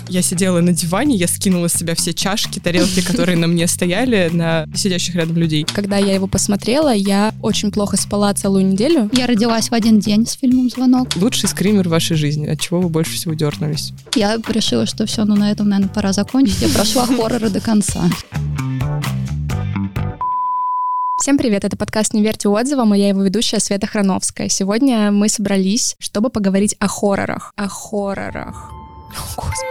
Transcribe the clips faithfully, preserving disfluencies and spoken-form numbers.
Я сидела на диване, я скинула с себя все чашки, тарелки, которые на мне стояли, на сидящих рядом людей. Когда я его посмотрела, я очень плохо спала целую неделю. Я родилась в один день с фильмом «Звонок». Лучший скример в вашей жизни. От чего вы больше всего дернулись? Я решила, что все, ну на этом, наверное, пора закончить. Я прошла хорроры до конца. Всем привет, это подкаст «Не верьте отзывам», и я его ведущая Света Храновская. Сегодня мы собрались, чтобы поговорить о хоррорах. О хоррорах. О, Господи.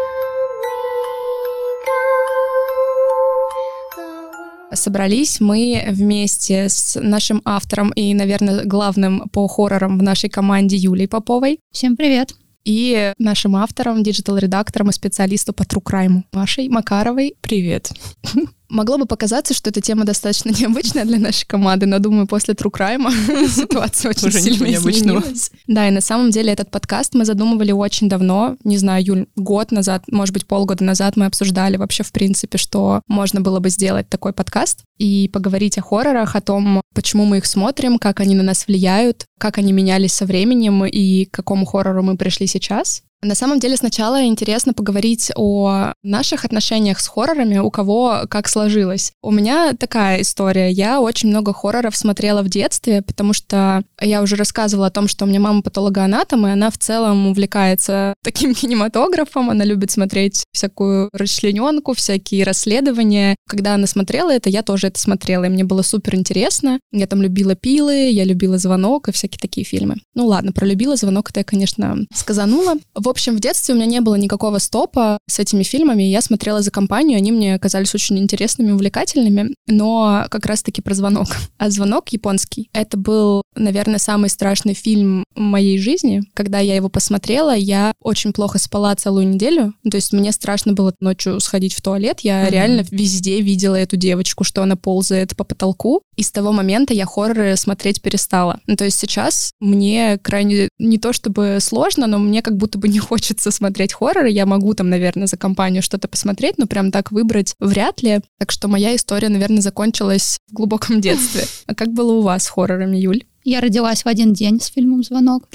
Собрались мы вместе с нашим автором и, наверное, главным по хоррорам в нашей команде Юлией Поповой. Всем привет. И нашим автором, диджитал-редактором и специалистом по true crime Машей Макаровой. Привет. Могло бы показаться, что эта тема достаточно необычная для нашей команды, но, думаю, после true crime ситуация очень сильно изменилась. Да, и на самом деле этот подкаст мы задумывали очень давно. Не знаю, Юль, год назад, может быть, полгода назад мы обсуждали вообще, в принципе, что можно было бы сделать такой подкаст и поговорить о хоррорах, о том, почему мы их смотрим, как они на нас влияют, как они менялись со временем и к какому хоррору мы пришли сейчас. На самом деле сначала интересно поговорить о наших отношениях с хоррорами, у кого как сложилось. У меня такая история. Я очень много хорроров смотрела в детстве, потому что я уже рассказывала о том, что у меня мама патологоанатом, и она в целом увлекается таким кинематографом, она любит смотреть всякую расчлененку, всякие расследования. Когда она смотрела это, я тоже это смотрела, и мне было супер интересно. Я там любила «Пилы», я любила «Звонок» и всякие такие фильмы. Ну ладно, про «Любила», «Звонок» это я, конечно, сказанула. В общем, в детстве у меня не было никакого стопа с этими фильмами, я смотрела за компанию, они мне казались очень интересными, увлекательными, но как раз-таки про «Звонок». А «Звонок» японский. Это был, наверное, самый страшный фильм в моей жизни. Когда я его посмотрела, я очень плохо спала целую неделю, то есть мне страшно было ночью сходить в туалет, я mm-hmm. реально везде видела эту девочку, что она ползает по потолку, и с того момента я хорроры смотреть перестала. Ну, то есть сейчас мне крайне не то чтобы сложно, но мне как будто бы не хочется смотреть хорроры. Я могу там, наверное, за компанию что-то посмотреть, но прям так выбрать вряд ли. Так что моя история, наверное, закончилась в глубоком детстве. А как было у вас с хоррорами, Юль? Я родилась в один день с фильмом «Звонок».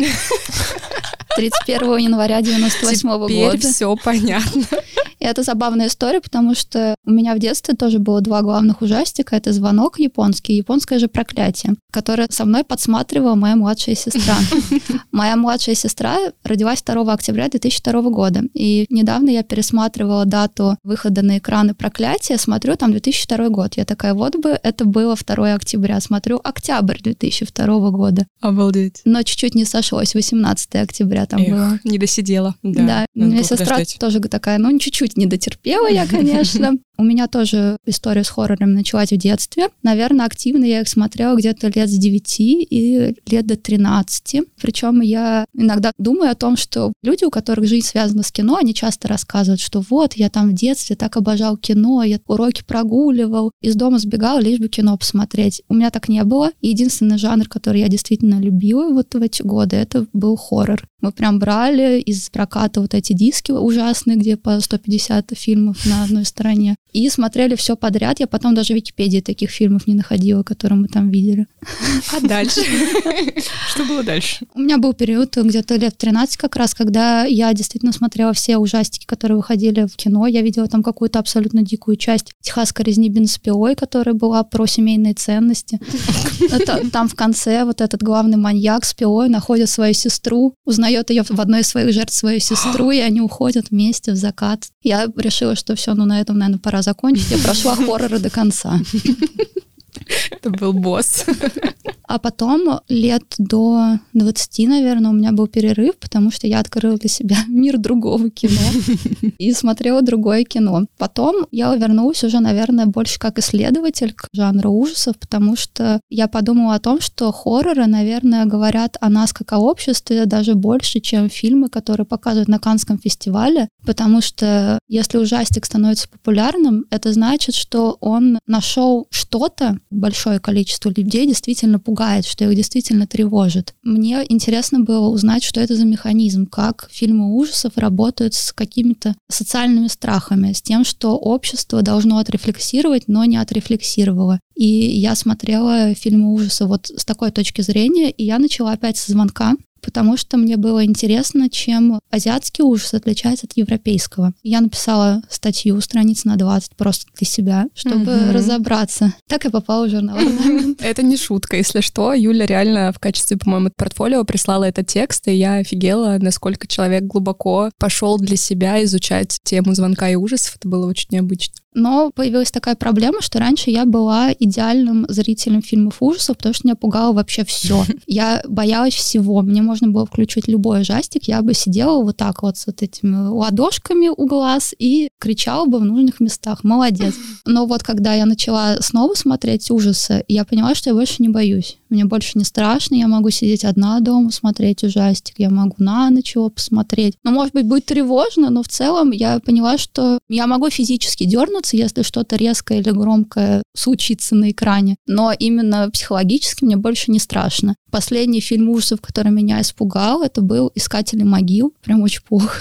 тридцать первого января девяносто восьмого года. Теперь все понятно. И это забавная история, потому что у меня в детстве тоже было два главных ужастика. Это «Звонок» японский и «Японское же проклятие», которое со мной подсматривала моя младшая сестра. Моя младшая сестра родилась второго октября две тысячи второго года. И недавно я пересматривала дату выхода на экраны «Проклятия», смотрю, там две тысячи второй год. Я такая, вот бы это было второго октября. Смотрю, октябрь две тысячи второго года. Обалдеть. Но чуть-чуть не сошлось, восемнадцатого октября там Эх, было. Не досидела. Да, да. Моя сестра подождать. Тоже такая, ну, чуть-чуть не дотерпела я, конечно. У меня тоже история с хоррором началась в детстве. Наверное, активно я их смотрела где-то лет с девяти и лет до тринадцати. Причем я иногда думаю о том, что люди, у которых жизнь связана с кино, они часто рассказывают, что вот, я там в детстве так обожал кино, я уроки прогуливал, из дома сбегал, лишь бы кино посмотреть. У меня так не было. И единственный жанр, который я действительно любила вот в эти годы, это был хоррор. Мы прям брали из проката вот эти диски ужасные, где по сто пятьдесят фильмов на одной стороне. И смотрели все подряд. Я потом даже в Википедии таких фильмов не находила, которые мы там видели. А дальше? Что было дальше? У меня был период где-то лет тринадцать как раз, когда я действительно смотрела все ужастики, которые выходили в кино. Я видела там какую-то абсолютно дикую часть «Техасской резни бензопилой», которая была про семейные ценности. Там в конце вот этот главный маньяк с пилой находит свою сестру, узнает ее в одной из своих жертв, свою сестру, и они уходят вместе в закат. Я решила, что все, ну на этом, наверное, пора закончить. Я прошла хорроры до конца. Это был босс. А потом лет до двадцати, наверное, у меня был перерыв, потому что я открыла для себя мир другого кино и смотрела другое кино. Потом я вернулась уже, наверное, больше как исследователь к жанру ужасов, потому что я подумала о том, что хорроры, наверное, говорят о нас как о обществе даже больше, чем фильмы, которые показывают на Каннском фестивале, потому что если ужастик становится популярным, это значит, что он нашел что-то, большое количество людей действительно пугает, что их действительно тревожит. Мне интересно было узнать, что это за механизм, как фильмы ужасов работают с какими-то социальными страхами, с тем, что общество должно отрефлексировать, но не отрефлексировало. И я смотрела фильмы ужасов вот с такой точки зрения, и я начала опять со «Звонка». потому что мне было интересно, чем азиатский ужас отличается от европейского. Я написала статью страниц на двадцать просто для себя, чтобы mm-hmm. разобраться. Так я попала в журнал. Это не шутка, если что. Юля реально в качестве, по-моему, портфолио прислала этот текст, и я офигела, насколько человек глубоко пошел для себя изучать тему звонка и ужасов. Это было очень необычно. Но появилась такая проблема, что раньше я была идеальным зрителем фильмов ужасов, потому что меня пугало вообще все. Я боялась всего. Мне можно было включить любой ужастик, я бы сидела вот так вот с вот этими ладошками у глаз и кричала бы в нужных местах. Молодец. Но вот когда я начала снова смотреть ужасы, я поняла, что я больше не боюсь. Мне больше не страшно, я могу сидеть одна дома, смотреть ужастик, я могу на ночь его посмотреть. Ну, может быть, будет тревожно, но в целом я поняла, что я могу физически дернуться, если что-то резкое или громкое случится на экране, но именно психологически мне больше не страшно. Последний фильм ужасов, который меня испугал, это был «Искатели могил». Прям очень плохо.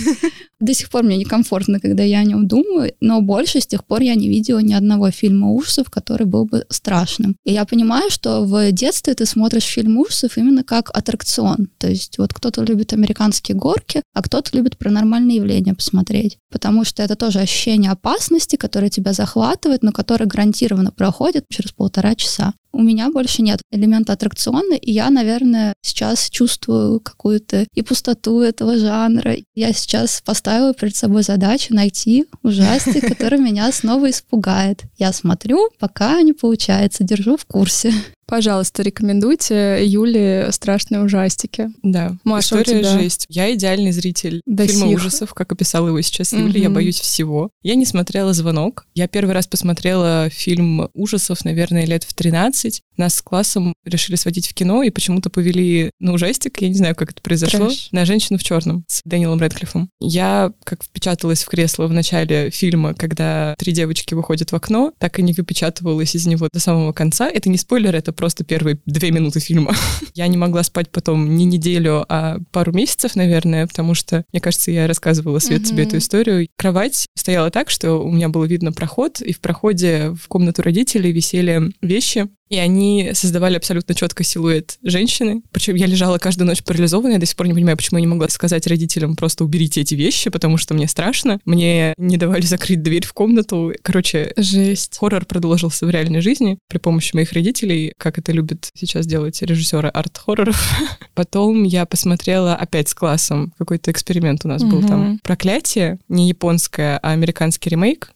До сих пор мне некомфортно, когда я о нем думаю, но больше с тех пор я не видела ни одного фильма ужасов, который был бы страшным. И я понимаю, что в детстве ты смотришь фильм ужасов именно как аттракцион. То есть вот кто-то любит американские горки, а кто-то любит паранормальные явления посмотреть. Потому что это тоже ощущение опасности, которое тебя захватывает, но которое гарантированно проходит через полтора часа. У меня больше нет элемента аттракциона, и я, наверное, сейчас чувствую какую-то и пустоту этого жанра. Я сейчас поставила перед собой задачу найти ужастик, который меня снова испугает. Я смотрю, пока не получается, держу в курсе. Пожалуйста, рекомендуйте Юле страшные ужастики. Да, Маша, история жесть. Я идеальный зритель До фильма сих. ужасов, как описала его сейчас Юля. Угу. Я боюсь всего. Я не смотрела «Звонок». Я первый раз посмотрела фильм ужасов, наверное, лет в тринадцать. Нас с классом решили сводить в кино и почему-то повели на ужастик. Я не знаю, как это произошло. Трэш. На «Женщину в черном» с Дэниелом Рэдклиффом. Я как впечаталась в кресло в начале фильма, когда три девочки выходят в окно, так и не выпечатывалась из него до самого конца. Это не спойлер, это просто первые две минуты фильма. Я не могла спать потом не неделю, а пару месяцев, наверное, потому что, мне кажется, я рассказывала, Свет, mm-hmm. тебе эту историю. Кровать стояла так, что у меня было видно проход, и в проходе в комнату родителей висели вещи, и они создавали абсолютно четкий силуэт женщины. Причем я лежала каждую ночь парализованная. Я до сих пор не понимаю, почему я не могла сказать родителям: просто уберите эти вещи, потому что мне страшно. Мне не давали закрыть дверь в комнату. Короче, жесть. Хоррор продолжился в реальной жизни при помощи моих родителей, как это любят сейчас делать режиссеры арт-хорроров. Потом я посмотрела опять с классом. Какой-то эксперимент у нас был там. «Проклятие». Не японское, а американский ремейк.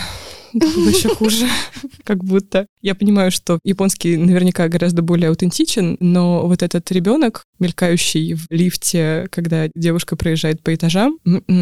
Это было еще хуже, как будто. Я понимаю, что японский наверняка гораздо более аутентичен, но вот этот ребенок, мелькающий в лифте, когда девушка проезжает по этажам,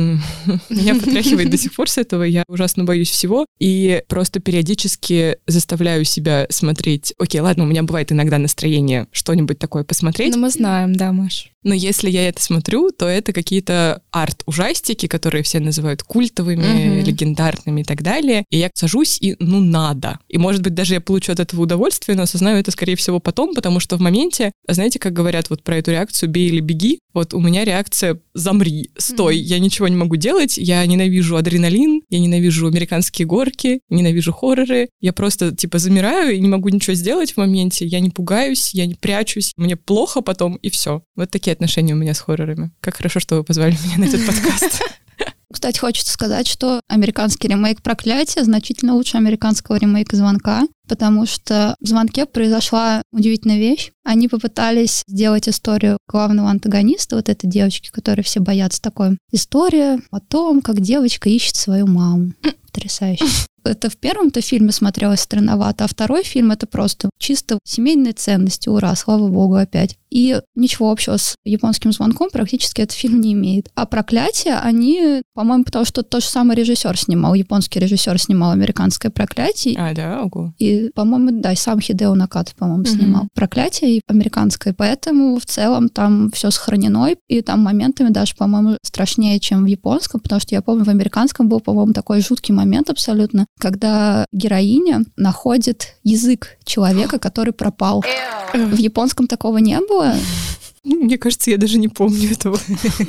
меня потряхивает до сих пор с этого. Я ужасно боюсь всего и просто периодически заставляю себя смотреть. Окей, ладно, у меня бывает иногда настроение что-нибудь такое посмотреть. Ну, мы знаем, да, Маш. Но если я это смотрю, то это какие-то арт-ужастики, которые все называют культовыми, mm-hmm. легендарными и так далее. И я сажусь и, ну, надо. И, может быть, даже я получу от этого удовольствие, но осознаю это, скорее всего, потом, потому что в моменте, знаете, как говорят вот про эту реакцию «бей или беги», вот у меня реакция «замри, стой, mm-hmm. я ничего не могу делать, я ненавижу адреналин, я ненавижу американские горки, ненавижу хорроры, я просто, типа, замираю и не могу ничего сделать в моменте, я не пугаюсь, я не прячусь, мне плохо потом, и все. Вот такие отношения у меня с хоррорами. Как хорошо, что вы позвали меня на этот подкаст. Кстати, хочется сказать, что американский ремейк «Проклятие» значительно лучше американского ремейка «Звонка», потому что в «Звонке» произошла удивительная вещь. Они попытались сделать историю главного антагониста, вот этой девочки, которой все боятся, такой история о том, как девочка ищет свою маму. Потрясающе. Это в первом-то фильме смотрелось странновато, а второй фильм — это просто чисто семейные ценности. Ура, слава богу, опять. И ничего общего с японским «Звонком» практически этот фильм не имеет. А «Проклятие» они, по-моему, потому что тот же самый режиссер снимал, японский режиссер снимал американское «Проклятие». А, да? Ого. И, по-моему, да, сам Хидео Наката, по-моему, mm-hmm. снимал «Проклятие» и американское. Поэтому в целом там все сохранено, и там моментами даже, по-моему, страшнее, чем в японском, потому что я помню, в американском был, по-моему, такой жуткий момент абсолютно, когда героиня находит язык человека, который пропал. В японском такого не было. Мне кажется, я даже не помню этого.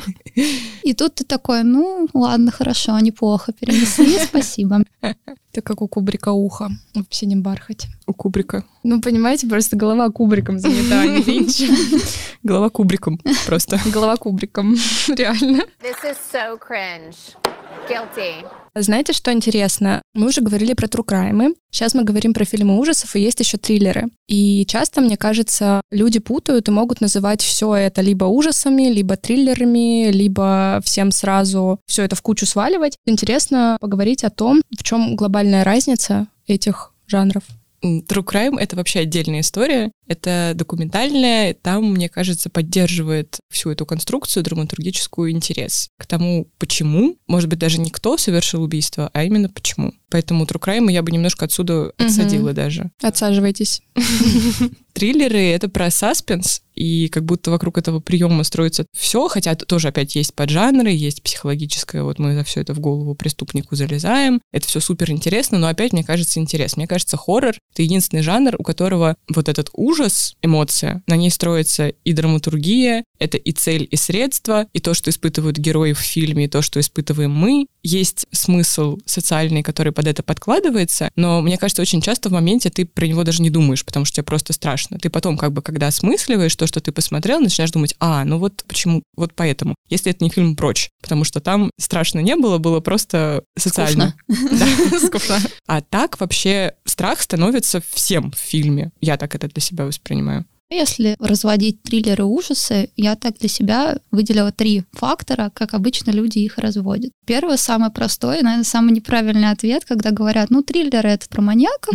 И тут ты такой, ну, ладно, хорошо, неплохо перенесли, спасибо. Это как у Кубрика ухо в «Синем бархате». У Кубрика. Ну, понимаете, просто голова Кубриком занята, а не Линч. Голова Кубриком просто. Голова Кубриком, реально. This is so cringe. Guilty. Знаете, что интересно? Мы уже говорили про true crime. Сейчас мы говорим про фильмы ужасов, и есть еще триллеры. И часто, мне кажется, люди путают и могут называть все это либо ужасами, либо триллерами, либо всем сразу все это в кучу сваливать. Интересно поговорить о том, в чем глобальная разница этих жанров. True crime — это вообще отдельная история. Это документальная, там, мне кажется, поддерживает всю эту конструкцию драматургическую интерес к тому, почему, может быть, даже не кто совершил убийство, а именно почему. Поэтому true crime я бы немножко отсюда отсадила угу. даже. Отсаживайтесь. Триллеры — это про саспенс, и как будто вокруг этого приема строится все, хотя тоже опять есть поджанры, есть психологическое, вот мы за все это в голову преступнику залезаем. Это все супер интересно, но опять, мне кажется, интересно. Мне кажется, хоррор — это единственный жанр, у которого вот этот ужас, эмоция, на ней строится и драматургия, это и цель, и средства, и то, что испытывают герои в фильме, и то, что испытываем мы. Есть смысл социальный, который под это подкладывается, но мне кажется, очень часто в моменте ты про него даже не думаешь, потому что тебе просто страшно. Ты потом, как бы, когда осмысливаешь то, что ты посмотрел, начинаешь думать, а, ну вот почему, вот поэтому. Если это не фильм «Прочь», потому что там страшно не было, было просто социально. Скучно. А так вообще страх становится всем в фильме. Я так это для себя воспринимаю. Если разводить триллеры ужасы, я так для себя выделила три фактора, как обычно люди их разводят. Первый, самый простой, наверное, самый неправильный ответ, когда говорят, ну, триллеры — это про маньяков,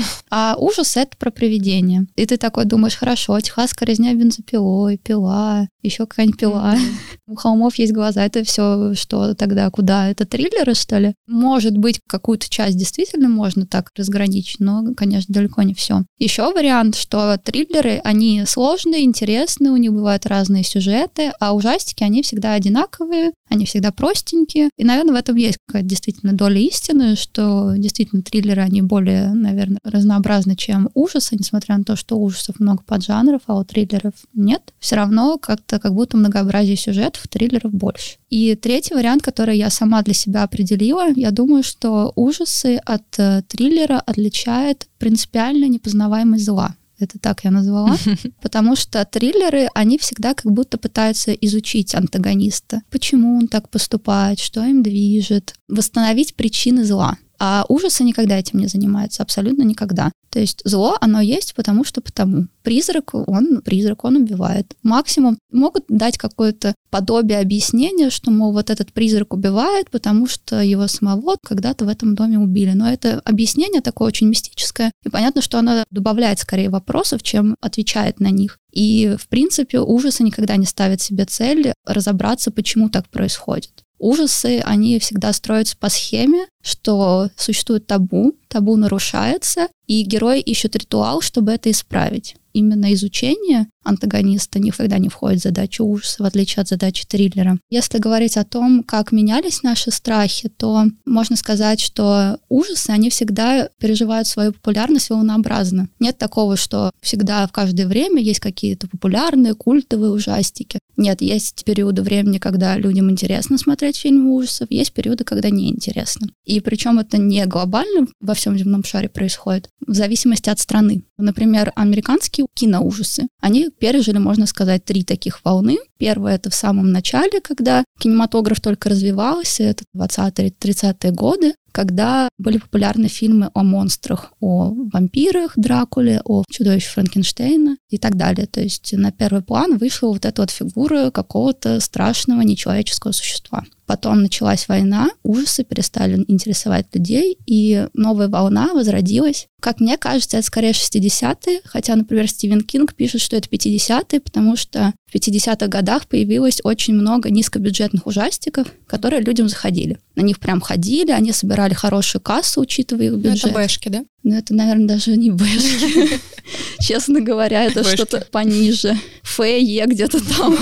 а ужас — это про привидения. И ты такой думаешь, хорошо, «Техасская резня бензопилой», «Пила», еще какая-нибудь «Пила». У холмов есть глаза. Это все что тогда? Куда? Это триллеры, что ли? Может быть, какую-то часть действительно можно так разграничить, но, конечно, далеко не все. Еще вариант, что триллеры, они сложные, интересные, у них бывают разные сюжеты, а ужастики, они всегда одинаковые, они всегда простенькие. И, наверное, в этом есть какая-то действительно доля истины, что действительно триллеры, они более, наверное, разнообразны, чем ужасы, несмотря на то, что у ужасов много поджанров, а у триллеров нет. Все равно как-то как будто многообразие сюжетов, триллеров больше. И третий вариант, который я сама для себя определила, я думаю, что ужасы от э, триллера отличает принципиально непознаваемость зла. Это так я назвала. Потому что триллеры, они всегда как будто пытаются изучить антагониста. Почему он так поступает, что им движет, восстановить причины зла. А ужасы никогда этим не занимаются, абсолютно никогда. То есть зло, оно есть потому что потому. Призрак, он призрак, он убивает. Максимум могут дать какое-то подобие объяснения, что, мол, вот этот призрак убивает, потому что его самого когда-то в этом доме убили. Но это объяснение такое очень мистическое, и понятно, что оно добавляет скорее вопросов, чем отвечает на них. И, в принципе, ужасы никогда не ставят себе цель разобраться, почему так происходит. Ужасы, они всегда строятся по схеме, что существует табу, табу нарушается, и герои ищут ритуал, чтобы это исправить. Именно изучение антагониста никогда не входит в задачу ужаса, в отличие от задачи триллера. Если говорить о том, как менялись наши страхи, то можно сказать, что ужасы, они всегда переживают свою популярность волнообразно. Нет такого, что всегда в каждое время есть какие-то популярные, культовые ужастики. Нет, есть периоды времени, когда людям интересно смотреть фильмы ужасов, есть периоды, когда неинтересно. И причем это не глобально во всем земном шаре происходит, в зависимости от страны. Например, американские киноужасы, они пережили, можно сказать, три таких волны. Первая — это в самом начале, когда кинематограф только развивался, это двадцатые-тридцатые годы, когда были популярны фильмы о монстрах, о вампирах Дракуле, о чудовище Франкенштейна и так далее. То есть на первый план вышла вот эта вот фигура какого-то страшного нечеловеческого существа. Потом началась война, ужасы перестали интересовать людей, и новая волна возродилась. Как мне кажется, это скорее шестидесятые, хотя, например, Стивен Кинг пишет, что это пятидесятые, потому что в пятидесятых годах появилось очень много низкобюджетных ужастиков, которые людям заходили. На них прям ходили, они собирали хорошую кассу, учитывая их бюджет. Это бэшки, да? Ну, это, наверное, даже не бэшки. Честно говоря, это что-то пониже. Фэ-Е где-то там.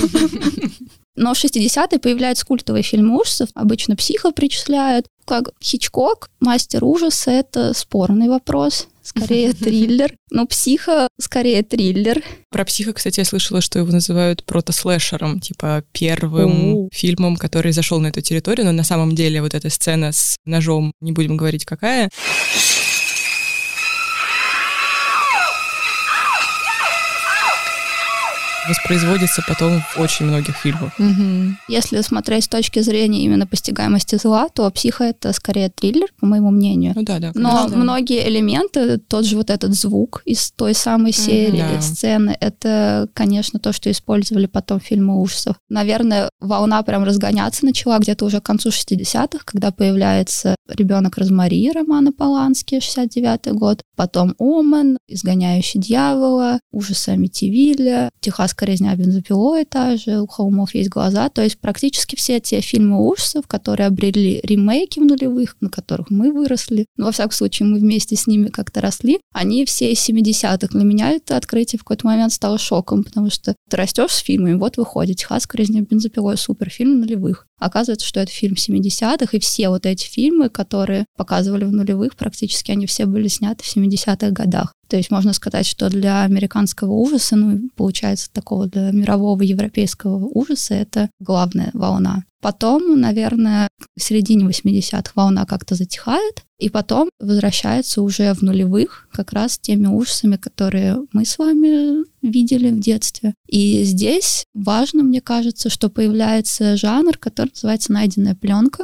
Но в шестидесятые появляются культовые фильмы ужасов, обычно «Психо» причисляют. Как Хичкок, «Мастер ужаса» — это спорный вопрос. скорее триллер. Ну, «Психо» скорее триллер. Про «Психо», кстати, я слышала, что его называют прото-слэшером, типа первым О. фильмом, который зашел на эту территорию, но на самом деле вот эта сцена с ножом, не будем говорить какая, воспроизводится потом в очень многих фильмах. Угу. Если смотреть с точки зрения именно постигаемости зла, то «Психо» — это скорее триллер, по моему мнению. Ну да, да. Но да. многие элементы, тот же вот этот звук из той самой серии, да. сцены, это, конечно, то, что использовали потом фильмы ужасов. Наверное, волна прям разгоняться начала где-то уже к концу шестидесятых, когда появляется «Ребенок Розмари» Романа Полански, шестьдесят девятый год, потом «Омен», «Изгоняющий дьявола», «Ужасы Амитивилля», «Техасская резня бензопилой», та же «У холмов есть глаза». То есть практически все те фильмы ужасов, которые обрели ремейки в нулевых, на которых мы выросли, но, во всяком случае, мы вместе с ними как-то росли, они все из семидесятых. Для меня это открытие в какой-то момент стало шоком, потому что ты растешь с фильмами, вот выходит «Техасская резня бензопилой», суперфильм нулевых. Оказывается, что это фильм семидесятых, и все вот эти фильмы, которые показывали в нулевых, практически они все были сняты в семидесятых годах. То есть можно сказать, что для американского ужаса, ну, получается, такого для мирового европейского ужаса, это главная волна. Потом, наверное, в середине восьмидесятых волна как-то затихает, и потом возвращается уже в нулевых как раз теми ужасами, которые мы с вами видели в детстве. И здесь важно, мне кажется, что появляется жанр, который называется «найденная пленка».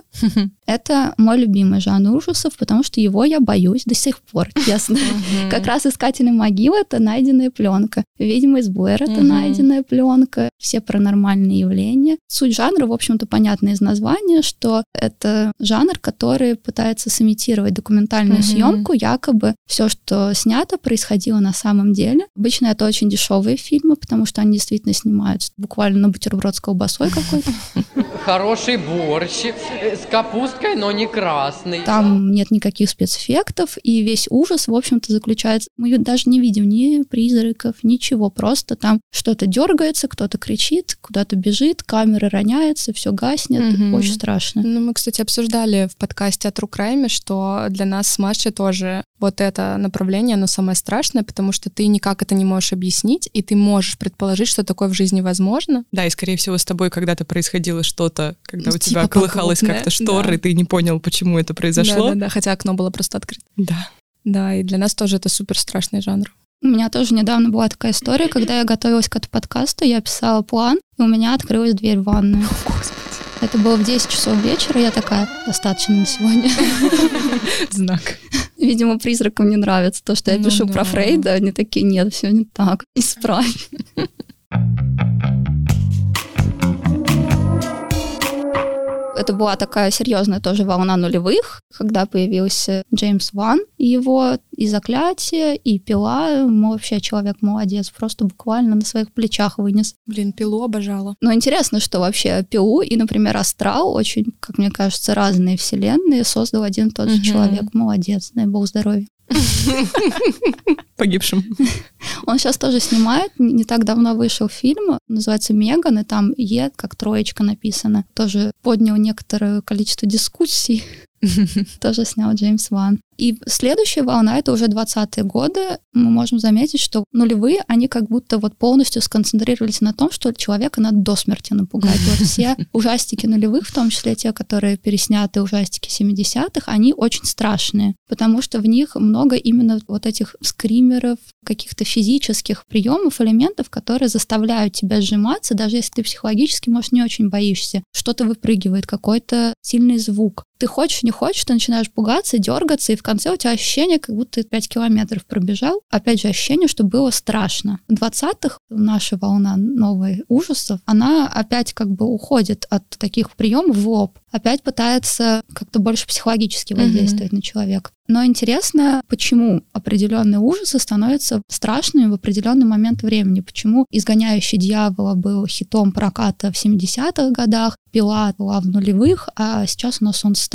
Это мой любимый жанр ужасов, потому что его я боюсь до сих пор, честно. Как раз «Искатели могил» — это найденная пленка. «Ведьма из Блэр» — это найденная пленка. Все паранормальные явления. Суть жанра, в общем-то, понятна из названия, что это жанр, который пытается сымитировать документальную съемку, якобы все, что снято, происходило на самом деле. Обычно это очень дешевые фильмы, потому что они действительно снимаются буквально на бутерброд с колбасой какой-то. Хороший борщ с капусткой, но не красный. Там нет никаких спецэффектов, и весь ужас, в общем-то, заключается... Мы даже не видим ни призраков, ничего, просто там что-то дергается, кто-то кричит, куда-то бежит, камера роняется, все гаснет, угу. Очень страшно. Ну, мы, кстати, обсуждали в подкасте о True Crime, что для нас с Машей тоже вот это направление, оно самое страшное, потому что ты никак это не можешь объяснить, и ты можешь предположить, что такое в жизни возможно. Да, и, скорее всего, с тобой когда-то происходило что-то, когда у тебя колыхалась как-то штора, да. И ты не понял, почему это произошло. Да-да-да, хотя окно было просто открыто. Да. Да, и для нас тоже это супер страшный жанр. У меня тоже недавно была такая история, когда я готовилась к этому подкасту, я писала план, и у меня открылась дверь в ванную. Это было в десять часов вечера, я такая, достаточно на сегодня. Знак. Видимо, призракам не нравится то, что я ну, пишу да. про Фрейда, они такие, нет, все не так, исправь. Это была такая серьезная тоже волна нулевых, когда появился Джеймс Ван, и его и «Заклятие», и «Пила». Вообще человек молодец, просто буквально на своих плечах вынес. Блин, «Пилу» обожала. Но интересно, что вообще «Пилу» и, например, «Астрал», очень, как мне кажется, разные вселенные создал один и тот же угу. человек. Молодец, дай бог здоровья. Погибшим. Он сейчас тоже снимает. Не так давно вышел фильм, называется «Меган», и там «Е», как троечка написано. Тоже поднял некоторое количество дискуссий. Тоже снял Джеймс Ван. И следующая волна — это уже двадцатые годы. Мы можем заметить, что нулевые, они как будто вот полностью сконцентрировались на том, что человека надо до смерти напугать. Вот все ужастики нулевых, в том числе те, которые пересняты ужастики семидесятых, они очень страшные, потому что в них много именно вот этих скримеров, каких-то физических приемов, элементов, которые заставляют тебя сжиматься, даже если ты психологически, может, не очень боишься. Что-то выпрыгивает, какой-то сильный звук. Ты хочешь, не хочешь, ты начинаешь пугаться, дергаться, и в конце у тебя ощущение, как будто ты пять километров пробежал. Опять же, ощущение, что было страшно. В двадцатых наша волна новой ужасов, она опять как бы уходит от таких приемов в лоб. Опять пытается как-то больше психологически воздействовать mm-hmm. на человека. Но интересно, почему определенные ужасы становятся страшными в определенный момент времени. Почему «Изгоняющий дьявола» был хитом проката в семидесятых годах, «Пила» была в нулевых, а сейчас у нас солнцестояние.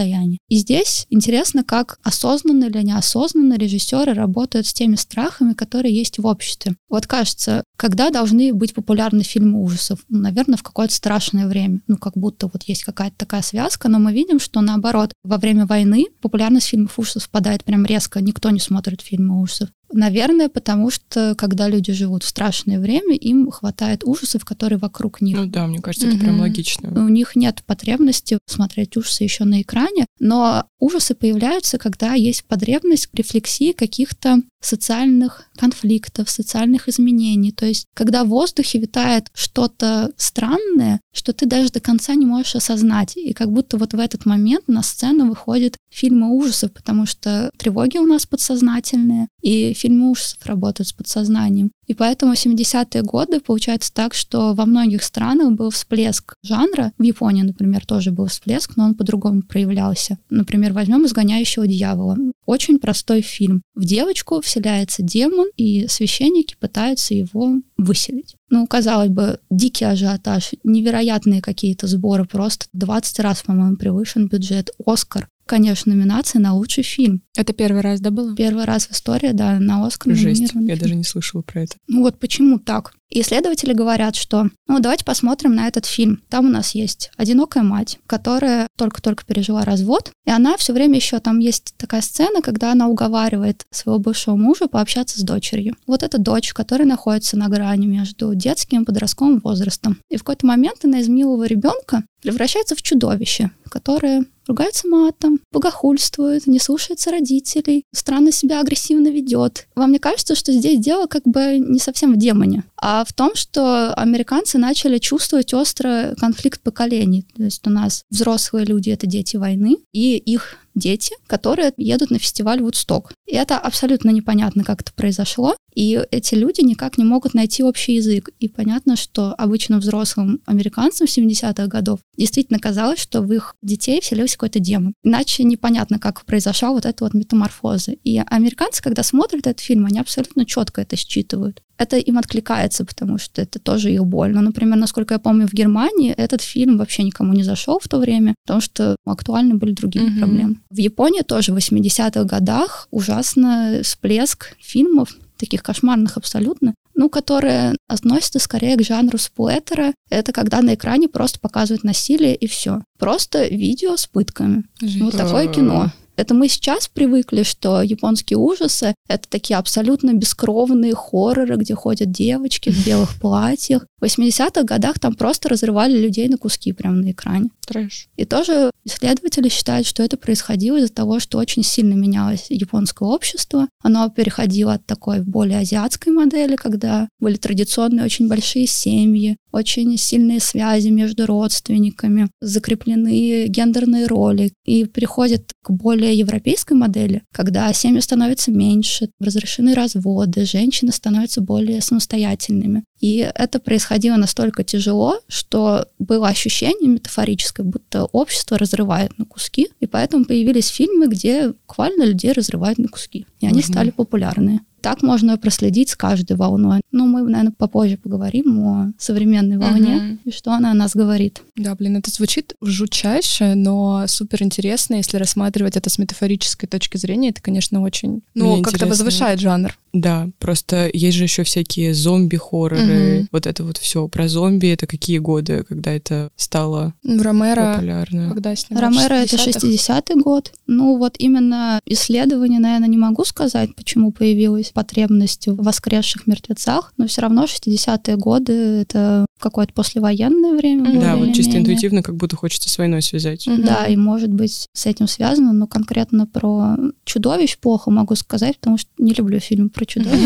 И здесь интересно, как осознанно или неосознанно режиссеры работают с теми страхами, которые есть в обществе. Вот кажется, когда должны быть популярны фильмы ужасов? Ну, наверное, в какое-то страшное время. Ну, как будто вот есть какая-то такая связка, но мы видим, что наоборот, во время войны популярность фильмов ужасов спадает прям резко, никто не смотрит фильмы ужасов. Наверное, потому что, когда люди живут в страшное время, им хватает ужасов, которые вокруг них. Ну да, мне кажется, это mm-hmm. прям логично. У них нет потребности смотреть ужасы еще на экране, но ужасы появляются, когда есть потребность в рефлексии каких-то социальных конфликтов, социальных изменений. То есть, когда в воздухе витает что-то странное, что ты даже до конца не можешь осознать. И как будто вот в этот момент на сцену выходят фильмы ужасов, потому что тревоги у нас подсознательные, и фильмы ужасов работают с подсознанием. И поэтому в семидесятые годы получается так, что во многих странах был всплеск жанра. В Японии, например, тоже был всплеск, но он по-другому проявлялся. Например, возьмем «Изгоняющего дьявола». Очень простой фильм. В девочку вселяется демон, и священники пытаются его выселить. Ну, казалось бы, дикий ажиотаж, невероятные какие-то сборы, просто двадцать раз, по-моему, превышен бюджет. «Оскар». Конечно, номинация на лучший фильм. Это первый раз, да, было? Первый раз в истории, да, на «Оскар». Жесть, я фильм. Даже не слышала про это. Ну вот почему так? Исследователи говорят, что, ну, давайте посмотрим на этот фильм. Там у нас есть одинокая мать, которая только-только пережила развод, и она все время еще, там есть такая сцена, когда она уговаривает своего бывшего мужа пообщаться с дочерью. Вот эта дочь, которая находится на грани между детским и подростковым возрастом. И в какой-то момент она из милого ребенка превращается в чудовище, которое ругается матом, богохульствует, не слушается родителей, странно себя агрессивно ведет. Вам не кажется, что здесь дело как бы не совсем в демоне, а в том, что американцы начали чувствовать острый конфликт поколений. То есть у нас взрослые люди — это дети войны, и их дети, которые едут на фестиваль Вудсток. И это абсолютно непонятно, как это произошло. И эти люди никак не могут найти общий язык. И понятно, что обычно взрослым американцам семидесятых годов действительно казалось, что в их детей вселился какой-то демон. Иначе непонятно, как произошла вот эта вот метаморфоза. И американцы, когда смотрят этот фильм, они абсолютно четко это считывают. Это им откликается, потому что это тоже их боль. Но, например, насколько я помню, в Германии этот фильм вообще никому не зашел в то время, потому что актуальны были другие mm-hmm. проблемы. В Японии тоже в восьмидесятых годах ужасный всплеск фильмов, таких кошмарных абсолютно, ну, которые относятся скорее к жанру сплэттера. Это когда на экране просто показывают насилие и все. Просто видео с пытками. Жить. Вот такое кино. Это мы сейчас привыкли, что японские ужасы — это такие абсолютно бескровные хорроры, где ходят девочки в белых платьях. В восьмидесятых годах там просто разрывали людей на куски прямо на экране. Трэш. И тоже исследователи считают, что это происходило из-за того, что очень сильно менялось японское общество. Оно переходило от такой более азиатской модели, когда были традиционные очень большие семьи, очень сильные связи между родственниками, закреплены гендерные роли, и переходит к более европейской модели, когда семьи становятся меньше, разрешены разводы, женщины становятся более самостоятельными. И это происходило настолько тяжело, что было ощущение метафорическое, будто общество разрывает на куски, и поэтому появились фильмы, где буквально людей разрывают на куски, и они угу. стали популярны. Так можно проследить с каждой волной. Ну, мы, наверное, попозже поговорим о современной волне uh-huh. и что она о нас говорит. Да, блин, это звучит жутчайше, но супер интересно. Если рассматривать это с метафорической точки зрения, это, конечно, очень... Ну, Мне как-то интересно. Возвышает жанр. Да, просто есть же еще всякие зомби-хорроры. Uh-huh. Вот это вот все про зомби. Это какие годы, когда это стало Ромеро, популярно? Когда снимал? Ромеро — это шестидесятый год. Ну, вот именно исследование, наверное, не могу сказать, почему появилось потребность в воскресших мертвецах, но все равно шестидесятые годы — это какое-то послевоенное время. Mm-hmm. Да, вот чисто менее. Интуитивно как будто хочется с войной связать. Mm-hmm. Да, и может быть с этим связано, но конкретно про чудовищ плохо могу сказать, потому что не люблю фильмы про чудовищ,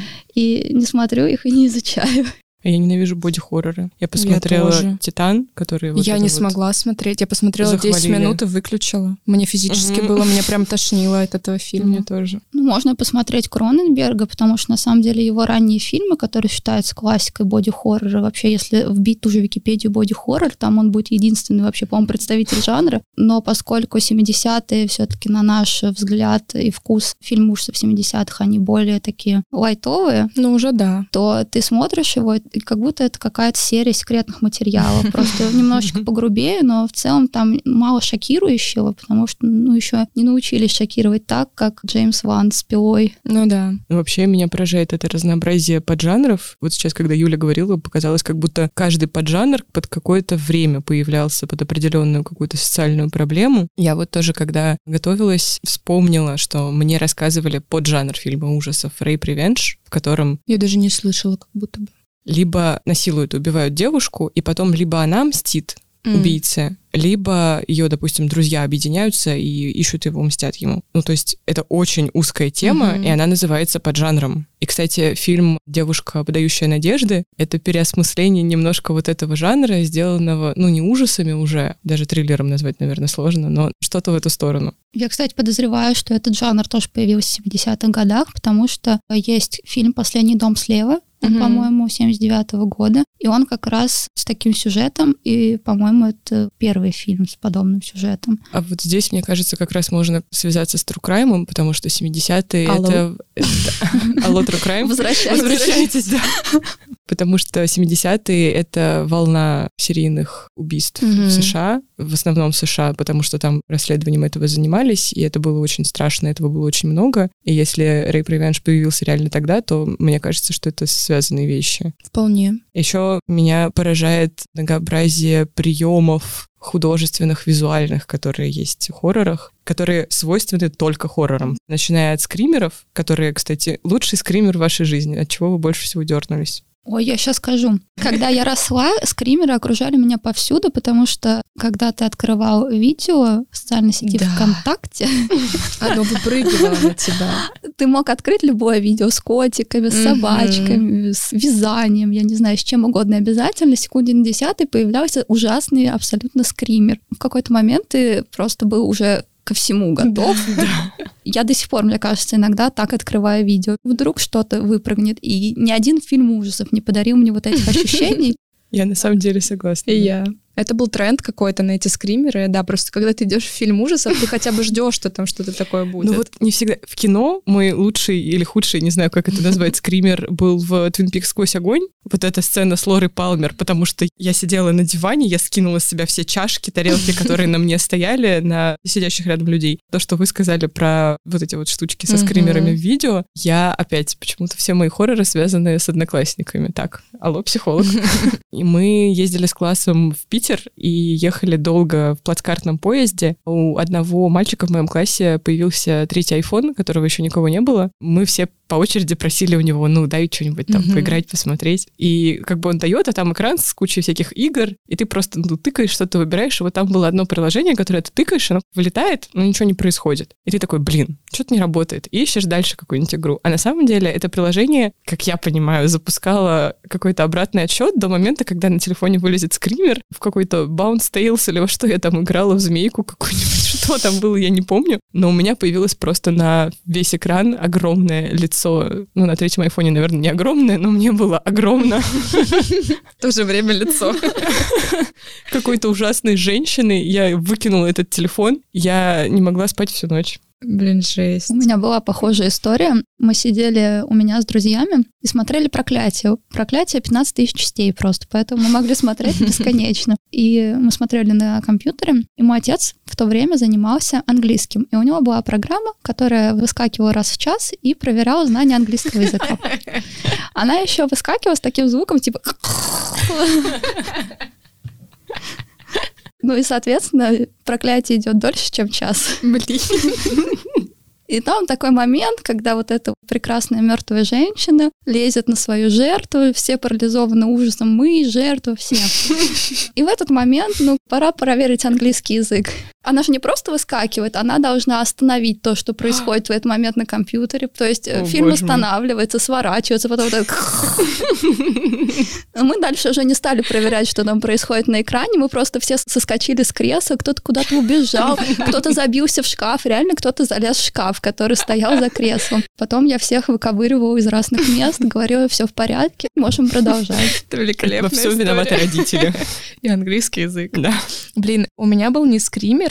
и не смотрю их и не изучаю. Я ненавижу боди-хорроры. Я посмотрела я «Титан», который... Вот я не вот смогла смотреть. Я посмотрела десять минут и выключила. Мне физически угу. было, меня прям тошнило от этого фильма. Мне тоже. Ну, можно посмотреть Кроненберга, потому что, на самом деле, его ранние фильмы, которые считаются классикой боди-хоррора, вообще, если вбить ту же Википедию боди-хоррор, там он будет единственный вообще, по-моему, представитель жанра. Но поскольку семидесятые все-таки, на наш взгляд и вкус, фильмы ужасов семидесятых, они более такие лайтовые, ну, уже да, то ты смотришь его, и как будто это какая-то серия секретных материалов, просто немножечко погрубее, но в целом там мало шокирующего, потому что, ну, еще не научились шокировать так, как Джеймс Ван с «Пилой». Ну да. Вообще меня поражает это разнообразие поджанров. Вот сейчас, когда Юля говорила, показалось, как будто каждый поджанр под какое-то время появлялся, под определенную какую-то социальную проблему. Я вот тоже, когда готовилась, вспомнила, что мне рассказывали поджанр фильма ужасов «Rape Revenge», в котором... Я даже не слышала, как будто бы. Либо насилуют и убивают девушку, и потом либо она мстит mm. убийце, либо ее, допустим, друзья объединяются и ищут его, мстят ему. Ну, то есть это очень узкая тема, mm-hmm. и она называется поджанром. И, кстати, фильм «Девушка, подающая надежды» — это переосмысление немножко вот этого жанра, сделанного, ну, не ужасами уже, даже триллером назвать, наверное, сложно, но что-то в эту сторону. Я, кстати, подозреваю, что этот жанр тоже появился в семидесятых годах, потому что есть фильм «Последний дом слева», он, mm-hmm. по-моему, семьдесят девятого года, и он как раз с таким сюжетом, и, по-моему, это первый фильм с подобным сюжетом. А вот здесь, мне кажется, как раз можно связаться с True Crime, потому что семидесятые — это... Алло, True Crime. Возвращайтесь. да. Потому что семидесятые — это волна серийных убийств mm-hmm. в США, в основном в США, потому что там расследованием этого занимались, и это было очень страшно, этого было очень много. И если Rape Revenge появился реально тогда, то мне кажется, что это связанные вещи. Вполне. Еще меня поражает многообразие приемов художественных, визуальных, которые есть в хоррорах, которые свойственны только хоррорам. Начиная от скримеров, которые, кстати, лучший скример в вашей жизни, от чего вы больше всего дернулись. Ой, я сейчас скажу. Когда я росла, скримеры окружали меня повсюду, потому что, когда ты открывал видео в социальной сети да. ВКонтакте, оно выпрыгивало на тебя. Ты мог открыть любое видео с котиками, с собачками, с вязанием, я не знаю, с чем угодно. Обязательно секунде на десятой появлялся ужасный абсолютно скример. В какой-то момент ты просто был уже ко всему готов. Да. Я до сих пор, мне кажется, иногда так открываю видео. Вдруг что-то выпрыгнет. И ни один фильм ужасов не подарил мне вот этих ощущений. Я на самом деле согласна. И я. Это был тренд какой-то на эти скримеры, да, просто когда ты идешь в фильм ужасов, ты хотя бы ждешь, что там что-то такое будет. Ну вот не всегда. В кино мой лучший или худший, не знаю, как это назвать, скример был в «Твин Пикс. Сквозь огонь». Вот эта сцена с Лорой Палмер, потому что я сидела на диване, я скинула с себя все чашки, тарелки, которые на мне стояли, на сидящих рядом людей. То, что вы сказали про вот эти вот штучки со скримерами в видео, я опять, почему-то все мои хорроры связаны с одноклассниками. Так, алло, психолог. И мы ездили с классом в Питер, и ехали долго в плацкартном поезде. У одного мальчика в моем классе появился третий айфон, которого еще никого не было. Мы все по очереди просили у него, ну, дай что-нибудь там mm-hmm. поиграть, посмотреть. И как бы он дает, а там экран с кучей всяких игр, и ты просто ну, тыкаешь, что-то выбираешь, и вот там было одно приложение, которое ты тыкаешь, оно вылетает, но ничего не происходит. И ты такой, блин, что-то не работает. И ищешь дальше какую-нибудь игру. А на самом деле это приложение, как я понимаю, запускало какой-то обратный отсчет до момента, когда на телефоне вылезет скример в какой-то Bounce Tales или во что я там играла, в змейку какую-нибудь, что там было, я не помню. Но у меня появилось просто на весь экран огромное лицо. Ну, на третьем айфоне, наверное, не огромное, но мне было огромно. В то же время лицо какой-то ужасной женщины. Я выкинула этот телефон. Я не могла спать всю ночь. Блин, жесть. У меня была похожая история. Мы сидели у меня с друзьями и смотрели «Проклятие». «Проклятие» пятнадцать тысяч частей просто, поэтому мы могли смотреть бесконечно. И мы смотрели на компьютере, и мой отец в то время занимался английским. И у него была программа, которая выскакивала раз в час и проверяла знание английского языка. Она еще выскакивала с таким звуком, типа... Ну и, соответственно, «Проклятие» идет дольше, чем час. Блин. И там такой момент, когда вот эта прекрасная мертвая женщина лезет на свою жертву, все парализованы ужасом, мы, жертва, все. И в этот момент, ну, пора проверить английский язык. Она же не просто выскакивает, она должна остановить то, что происходит в этот момент на компьютере. То есть О, фильм останавливается, сворачивается, потом вот это... Мы дальше уже не стали проверять, что там происходит на экране, мы просто все соскочили с кресла, кто-то куда-то убежал, кто-то забился в шкаф, реально кто-то залез в шкаф, который стоял за креслом. Потом я всех выковыривала из разных мест, говорила, все в порядке, можем продолжать. Это великолепная история. Во всем виноваты родители. И английский язык. Да. Блин, у меня был не скример,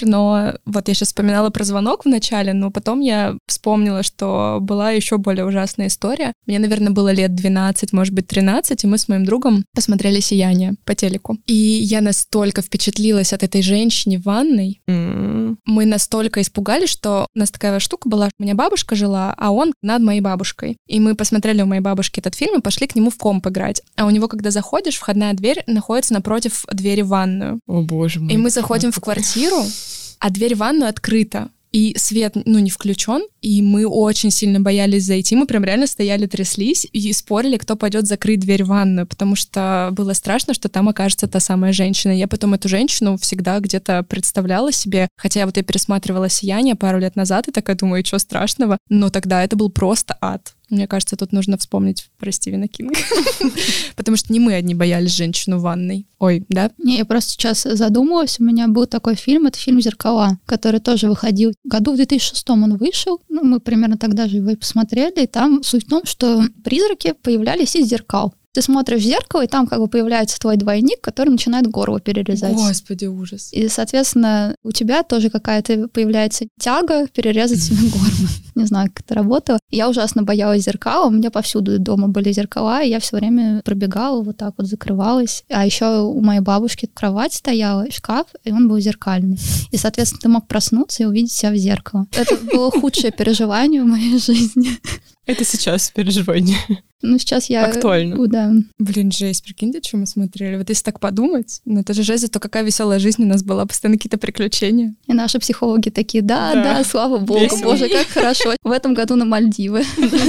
но вот я сейчас вспоминала про звонок в начале, но потом я вспомнила, что была еще более ужасная история. Мне, наверное, было лет двенадцать, может быть, тринадцать, и мы с моим другом посмотрели «Сияние» по телеку. И я настолько впечатлилась от этой женщины в ванной. Mm. Мы настолько испугались, что у нас такая штука была. У меня бабушка жила, а он над моей бабушкой. И мы посмотрели у моей бабушки этот фильм и пошли к нему в комп играть. А у него, когда заходишь, входная дверь находится напротив двери в ванную. О, боже мой. И мы заходим в квартиру, а дверь в ванную открыта. И свет, ну, не включен, и мы очень сильно боялись зайти. Мы прям реально стояли, тряслись и спорили, кто пойдет закрыть дверь в ванную, потому что было страшно, что там окажется та самая женщина. Я потом эту женщину всегда где-то представляла себе, хотя вот я пересматривала «Сияние» пару лет назад и такая думаю, что страшного, но тогда это был просто ад. Мне кажется, тут нужно вспомнить про Стивена Кинга. Потому что не мы одни боялись женщину в ванной. Ой, да? Не, я просто сейчас задумалась. У меня был такой фильм, это фильм «Зеркала», который тоже выходил. Году в две тысячи шестом он вышел. Ну, мы примерно тогда же его и посмотрели. И там суть в том, что призраки появлялись из зеркал. Ты смотришь в зеркало, и там как бы появляется твой двойник, который начинает горло перерезать. Господи, ужас. И, соответственно, у тебя тоже какая-то появляется тяга перерезать себе горло. Не знаю, как это работало. Я ужасно боялась зеркала. У меня повсюду дома были зеркала, и я все время пробегала, вот так вот закрывалась. А еще у моей бабушки кровать стояла, шкаф, и он был зеркальный. И, соответственно, ты мог проснуться и увидеть себя в зеркало. Это было худшее переживание в моей жизни. Это сейчас переживание. Ну, сейчас я... Актуально. Да. Блин, жесть, прикиньте, что мы смотрели. Вот если так подумать, ну это же жесть, зато какая веселая жизнь у нас была, постоянно какие-то приключения. И наши психологи такие, да, да, да слава богу, весело. Боже, как хорошо. В этом году на Мальдивы.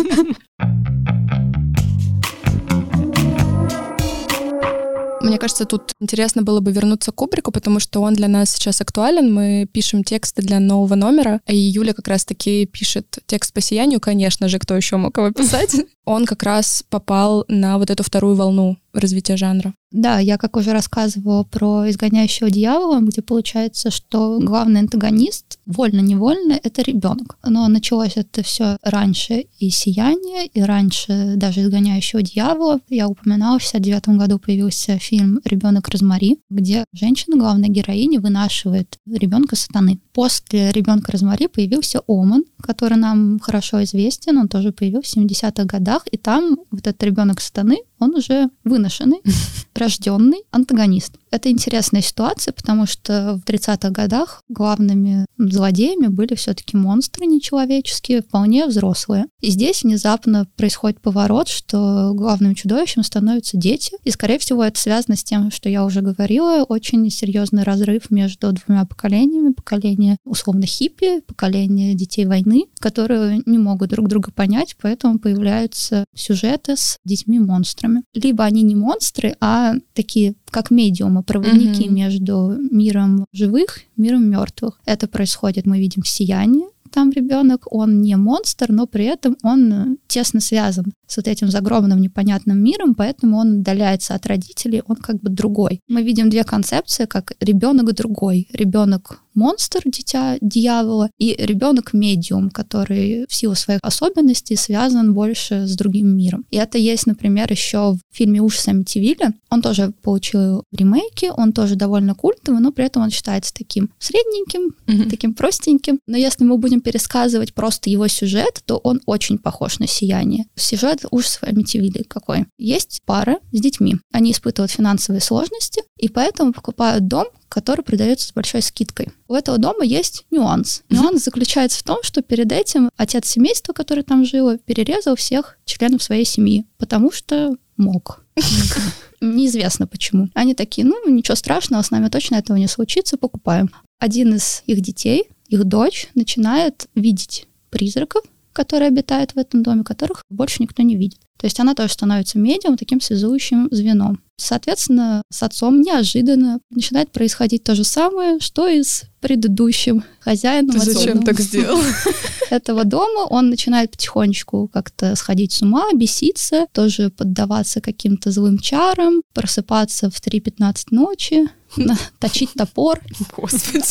Мне кажется, тут интересно было бы вернуться к Кубрику, потому что он для нас сейчас актуален. Мы пишем тексты для нового номера, и Юля как раз-таки пишет текст по «Сиянию». Конечно же, кто еще мог его писать? Он как раз попал на вот эту вторую волну развития жанра. Да, я, как уже рассказывала про «Изгоняющего дьявола», где получается, что главный антагонист, вольно-невольно, это ребенок. Но началось это все раньше и «Сияние», и раньше даже «Изгоняющего дьявола». Я упоминала, в шестьдесят девятом году появился фильм «Ребенок Розмари», где женщина, главная героиня, вынашивает ребенка сатаны. После «Ребенка Розмари» появился «Оман», который нам хорошо известен, он тоже появился в семидесятых годах, и там вот этот ребенок сатаны, он уже выношенный, рожденный антагонист. Это интересная ситуация, потому что в тридцатых годах главными злодеями были все-таки монстры нечеловеческие, вполне взрослые. И здесь внезапно происходит поворот, что главным чудовищем становятся дети. И, скорее всего, это связано с тем, что я уже говорила, очень серьезный разрыв между двумя поколениями. Поколение условно хиппи, поколение детей войны, которые не могут друг друга понять, поэтому появляются сюжеты с детьми-монстрами. Либо они не монстры, а такие, как медиумы, проводники mm-hmm. между миром живых и миром мертвых. Это происходит, мы видим в «Сиянии». Там ребенок, он не монстр, но при этом он тесно связан с вот этим загробным непонятным миром, поэтому он отдаляется от родителей, он как бы другой. Мы видим две концепции, как ребенок другой. Ребенок монстр, дитя дьявола, и ребенок-медиум, который в силу своих особенностей связан больше с другим миром. И это есть, например, еще в фильме «Ужасы Амитивилля». Он тоже получил ремейки, он тоже довольно культовый, но при этом он считается таким средненьким, mm-hmm. таким простеньким. Но если мы будем пересказывать просто его сюжет, то он очень похож на «Сияние». Сюжет «Ужасов Амитивилля» какой? Есть пара с детьми. Они испытывают финансовые сложности, и поэтому покупают дом, который продается с большой скидкой. У этого дома есть нюанс. Нюанс заключается в том, что перед этим отец семейства, который там жил, перерезал всех членов своей семьи, потому что мог. Неизвестно почему. Они такие, ну, ничего страшного, с нами точно этого не случится, покупаем. Один из их детей, их дочь, начинает видеть призраков, которые обитают в этом доме, которых больше никто не видит. То есть она тоже становится медиумом, таким связующим звеном. Соответственно, с отцом неожиданно начинает происходить то же самое, что и с предыдущим хозяином. Ты зачем так сделал? Этого дома. Он начинает потихонечку как-то сходить с ума, беситься, тоже поддаваться каким-то злым чарам, просыпаться в три пятнадцать ночи, точить топор. Господи.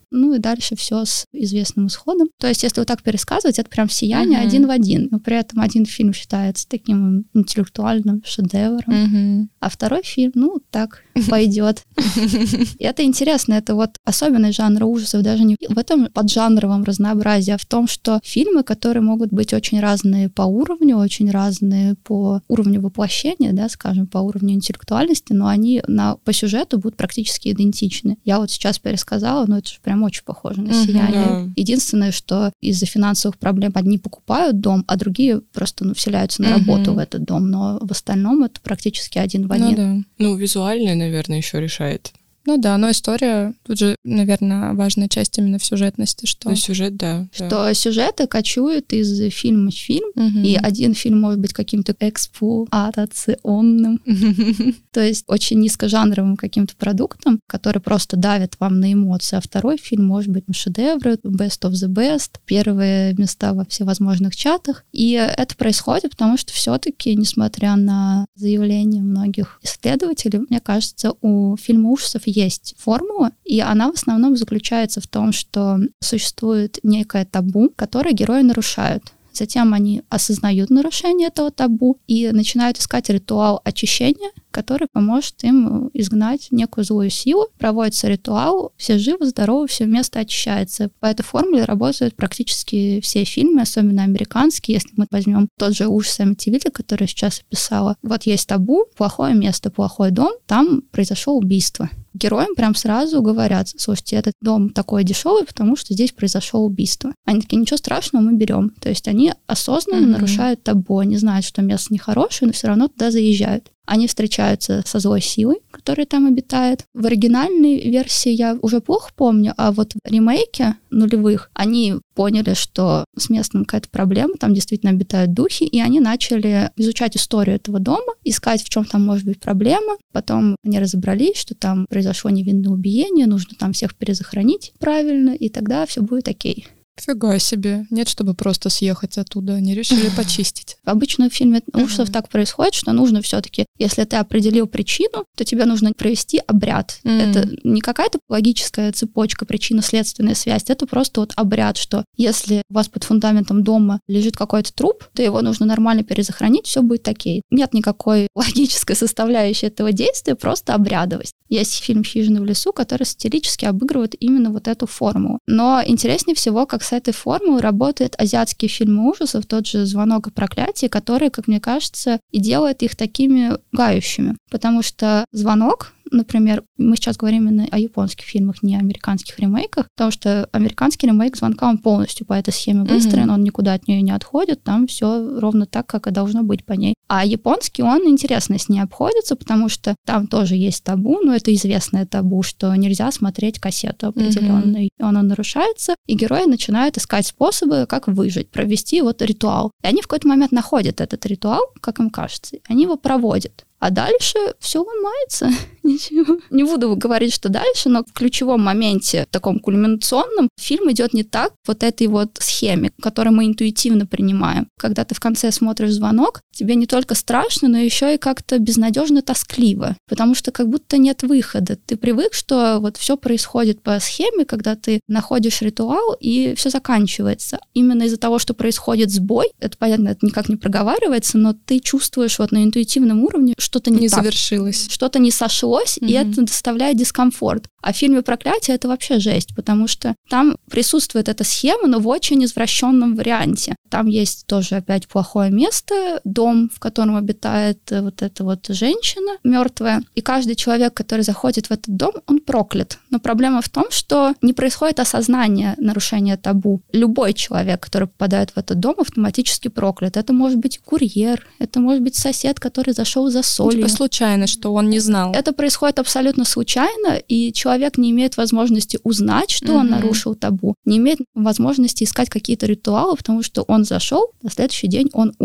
ну и дальше все с известным исходом. То есть, если вот так пересказывать, это прям «Сияние» mm-hmm. один в один. Но при этом один фильм считается таким интеллектуальным шедевром, mm-hmm. а второй фильм, ну, так пойдет. И это интересно, это вот особенность жанра ужасов даже не в этом поджанровом разнообразии, а в том, что фильмы, которые могут быть очень разные по уровню, очень разные по уровню воплощения, да, скажем, по уровню интеллектуальности, но они на, по сюжету будут практически идентичны. Я вот сейчас пересказала, но это же прям очень похоже на «Сияние». Mm-hmm. Единственное, что из-за финансовых проблем одни покупают дом, а другие просто ну, вселяются на mm-hmm. работу в этот дом, но в остальном это практически один в один. Ну, да. Ну, визуальное, наверное, еще решает. Ну да, но история, тут же, наверное, важная часть именно в сюжетности, что... Ну, сюжет, да. Что да. сюжеты кочуют из фильма в фильм, угу. и один фильм может быть каким-то эксплуатационным, то есть очень низкожанровым каким-то продуктом, который просто давит вам на эмоции, а второй фильм может быть шедевры, best of the best, первые места во всевозможных чатах, и это происходит, потому что все-таки, несмотря на заявления многих исследователей, мне кажется, у фильма ужасов есть формула, и она в основном заключается в том, что существует некое табу, которое герои нарушают. Затем они осознают нарушение этого табу и начинают искать ритуал очищения, который поможет им изгнать некую злую силу. Проводится ритуал, все живы, здоровы, все место очищается. По этой формуле работают практически все фильмы, особенно американские. Если мы возьмем тот же «Ужас Амитивилля», который я сейчас описала. Вот есть табу, плохое место, плохой дом, там произошло убийство. Героям прям сразу говорят: слушайте, этот дом такой дешевый, потому что здесь произошло убийство. Они такие: ничего страшного, мы берем. То есть они осознанно mm-hmm. нарушают табу, они знают, что место нехорошее, но все равно туда заезжают. Они встречаются со злой силой, которая там обитает. В оригинальной версии я уже плохо помню, а вот в ремейке нулевых они поняли, что с местом какая-то проблема, там действительно обитают духи, и они начали изучать историю этого дома, искать, в чем там может быть проблема. Потом они разобрались, что там произошло невинное убиение, нужно там всех перезахоронить правильно, и тогда все будет окей. Фига себе. Нет, чтобы просто съехать оттуда. Они решили почистить. Обычно в фильме ужасов uh-huh. так происходит, что нужно все-таки, если ты определил причину, то тебе нужно провести обряд. Uh-huh. Это не какая-то логическая цепочка, причинно-следственная связь. Это просто вот обряд, что если у вас под фундаментом дома лежит какой-то труп, то его нужно нормально перезахоронить, все будет окей. Нет никакой логической составляющей этого действия, просто обрядовость. Есть фильм «Хижина в лесу», который сатирически обыгрывает именно вот эту формулу. Но интереснее всего, как с этой формулой работают азиатские фильмы ужасов, тот же «Звонок и проклятие», которые, как мне кажется, и делают их такими пугающими. Потому что «Звонок», например, мы сейчас говорим именно о японских фильмах, не о американских ремейках, потому что американский ремейк «Звонка», он полностью по этой схеме выстроен, mm-hmm. он никуда от нее не отходит, там все ровно так, как и должно быть по ней. А японский, он интересно с ней обходится, потому что там тоже есть табу, но это известное табу, что нельзя смотреть кассету определенную. Mm-hmm. Оно нарушается, и герои начинают искать способы, как выжить, провести вот ритуал. И они в какой-то момент находят этот ритуал, как им кажется, и они его проводят. А дальше все ломается. Ничего. Не буду говорить, что дальше, но в ключевом моменте, в таком кульминационном, фильм идет не так вот этой вот схеме, которую мы интуитивно принимаем. Когда ты в конце смотришь «Звонок», тебе не только страшно, но еще и как-то безнадежно тоскливо, потому что как будто нет выхода. Ты привык, что вот все происходит по схеме, когда ты находишь ритуал, и все заканчивается. Именно из-за того, что происходит сбой, это, понятно, это никак не проговаривается, но ты чувствуешь вот на интуитивном уровне, что-то не, не так. завершилось. Что-то не сошлось, mm-hmm. и это доставляет дискомфорт. А в фильме «Проклятие» это вообще жесть, потому что там присутствует эта схема, но в очень извращенном варианте. Там есть тоже опять плохое место, дом, в котором обитает вот эта вот женщина мертвая, и каждый человек, который заходит в этот дом, он проклят. Но проблема в том, что не происходит осознание нарушения табу. Любой человек, который попадает в этот дом, автоматически проклят. Это может быть курьер, это может быть сосед, который зашел за солью. Типа случайно, что он не знал. Это происходит абсолютно случайно, и человек не имеет возможности узнать, что mm-hmm. он нарушил табу, не имеет возможности искать какие-то ритуалы, потому что он зашел, на следующий день он умер.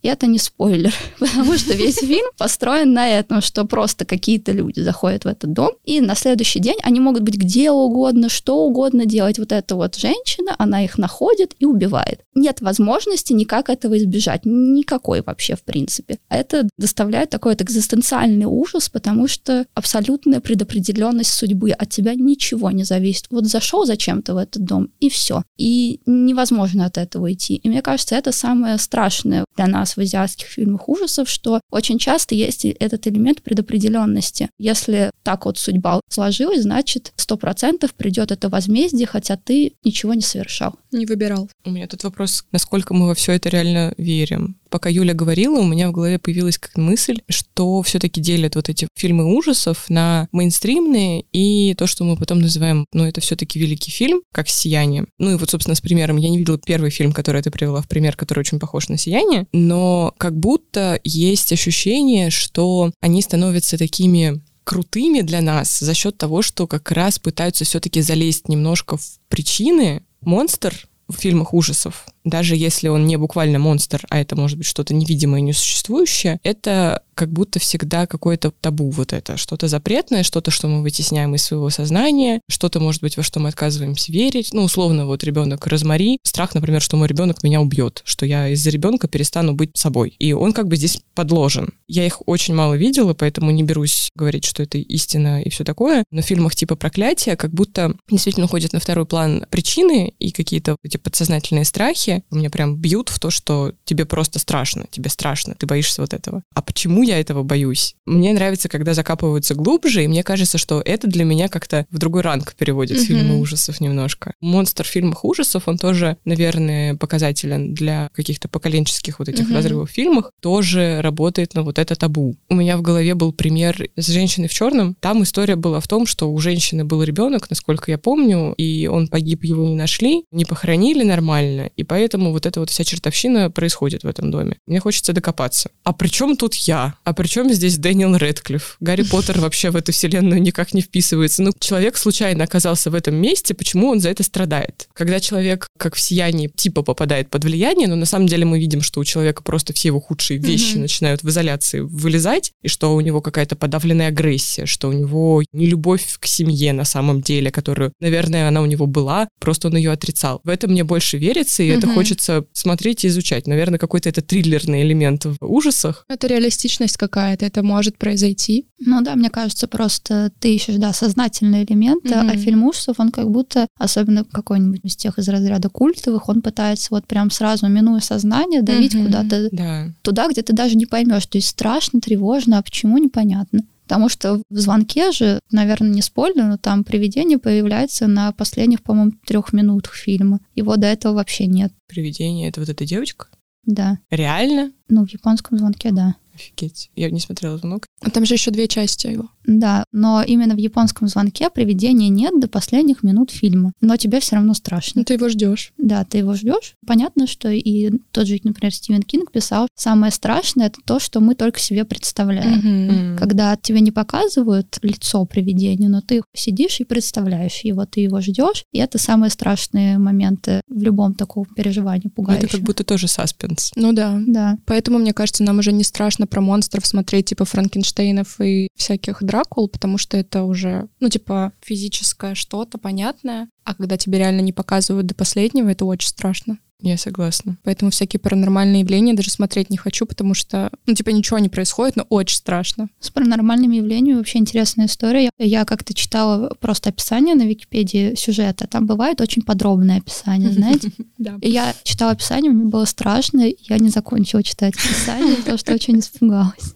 И это не спойлер, потому что весь фильм построен на этом, что просто какие-то люди заходят в этот дом, и на следующий день они могут быть где угодно, что угодно делать. Вот эта вот женщина, она их находит и убивает. Нет возможности никак этого избежать, никакой вообще в принципе. Это доставляет такой вот экзистенциальный ужас, потому что абсолютная предопределенность судьбы, от тебя ничего не зависит. Вот зашел зачем-то в этот дом, и все. И невозможно от этого уйти. И мне кажется, это самое страшное для нас в азиатских фильмах ужасов, что очень часто есть этот элемент предопределенности. Если так вот судьба сложилась, значит, сто процентов придет это возмездие, хотя ты ничего не совершал. Не выбирал. У меня тут вопрос, насколько мы во все это реально верим. Пока Юля говорила, у меня в голове появилась как мысль, что все-таки делят вот эти фильмы ужасов на мейнстримные и то, что мы потом называем, ну, это все-таки великий фильм, как «Сияние». Ну и вот, собственно, с примером, я не видела первый фильм, который ты привела в пример, который очень похож на «Сияние», но как будто есть ощущение, что они становятся такими крутыми для нас за счет того, что как раз пытаются все-таки залезть немножко в причины. Монстр в фильмах ужасов, даже если он не буквально монстр, а это может быть что-то невидимое, несуществующее, это как будто всегда какое-то табу вот это, что-то запретное, что-то, что мы вытесняем из своего сознания, что-то, может быть, во что мы отказываемся верить. Ну, условно, вот ребенок Розмари, страх, например, что мой ребенок меня убьет, что я из-за ребенка перестану быть собой. И он как бы здесь подложен. Я их очень мало видела, поэтому не берусь говорить, что это истина и все такое. Но в фильмах типа «Проклятие» как будто действительно уходят на второй план причины и какие-то эти подсознательные страхи. У меня прям бьют в то, что тебе просто страшно, тебе страшно, ты боишься вот этого. А почему я этого боюсь? Мне нравится, когда закапываются глубже, и мне кажется, что это для меня как-то в другой ранг переводит mm-hmm. фильмы ужасов немножко. Монстр в фильмах ужасов, он тоже, наверное, показателен для каких-то поколенческих вот этих mm-hmm. разрывов в фильмах, тоже работает на вот это табу. У меня в голове был пример с «Женщиной в черном». Там история была в том, что у женщины был ребенок, насколько я помню, и он погиб, его не нашли, не похоронили нормально, и поэтому вот эта вот вся чертовщина происходит в этом доме. Мне хочется докопаться. А при чем тут я? А при чем здесь Дэниел Рэдклифф? Гарри Поттер вообще в эту вселенную никак не вписывается. Ну, человек случайно оказался в этом месте, почему он за это страдает? Когда человек, как в «Сиянии», типа попадает под влияние, но на самом деле мы видим, что у человека просто все его худшие вещи mm-hmm. начинают в изоляции вылезать, и что у него какая-то подавленная агрессия, что у него нелюбовь к семье на самом деле, которую, наверное, она у него была, просто он ее отрицал. В это мне больше верится, и mm-hmm. это хочется смотреть и изучать. Наверное, какой-то это триллерный элемент в ужасах. Это реалистичность какая-то, это может произойти. Ну да, мне кажется, просто ты ищешь, да, сознательные элементы, mm-hmm. а фильм ужасов, он как будто, особенно какой-нибудь из тех из разряда культовых, он пытается вот прям сразу, минуя сознание, давить mm-hmm. куда-то да. туда, где ты даже не поймешь. То есть страшно, тревожно, а почему, непонятно. Потому что в «Звонке» же, наверное, не спойлер, но там привидение появляется на последних, по-моему, трех минутах фильма. Его до этого вообще нет. Привидение — это вот эта девочка? Да. Реально? Ну, в японском «Звонке», да. Офигеть. Я не смотрела «Звонок». А там же еще две части его. Да, но именно в японском «Звонке» привидения нет до последних минут фильма. Но тебе все равно страшно. Ну, ты его ждешь. Да, ты его ждешь. Понятно, что и тот же, например, Стивен Кинг писал, самое страшное — это то, что мы только себе представляем. Mm-hmm. Когда тебе не показывают лицо привидения, но ты сидишь и представляешь его, ты его ждешь, и это самые страшные моменты в любом таком переживании, пугающем. Это как будто тоже саспенс. Ну да. Да. Поэтому, мне кажется, нам уже не страшно про монстров смотреть, типа Франкенштейнов и всяких Дракул, потому что это уже, ну, типа, физическое что-то понятное, а когда тебе реально не показывают до последнего, это очень страшно. Я согласна. Поэтому всякие паранормальные явления даже смотреть не хочу, потому что, ну, типа, ничего не происходит, но очень страшно. С паранормальными явлениями вообще интересная история. Я как-то читала просто описание на Википедии сюжета. Там бывает очень подробное описание, знаете? Да. И я читала описание, мне было страшно, я не закончила читать описание, потому что очень испугалась.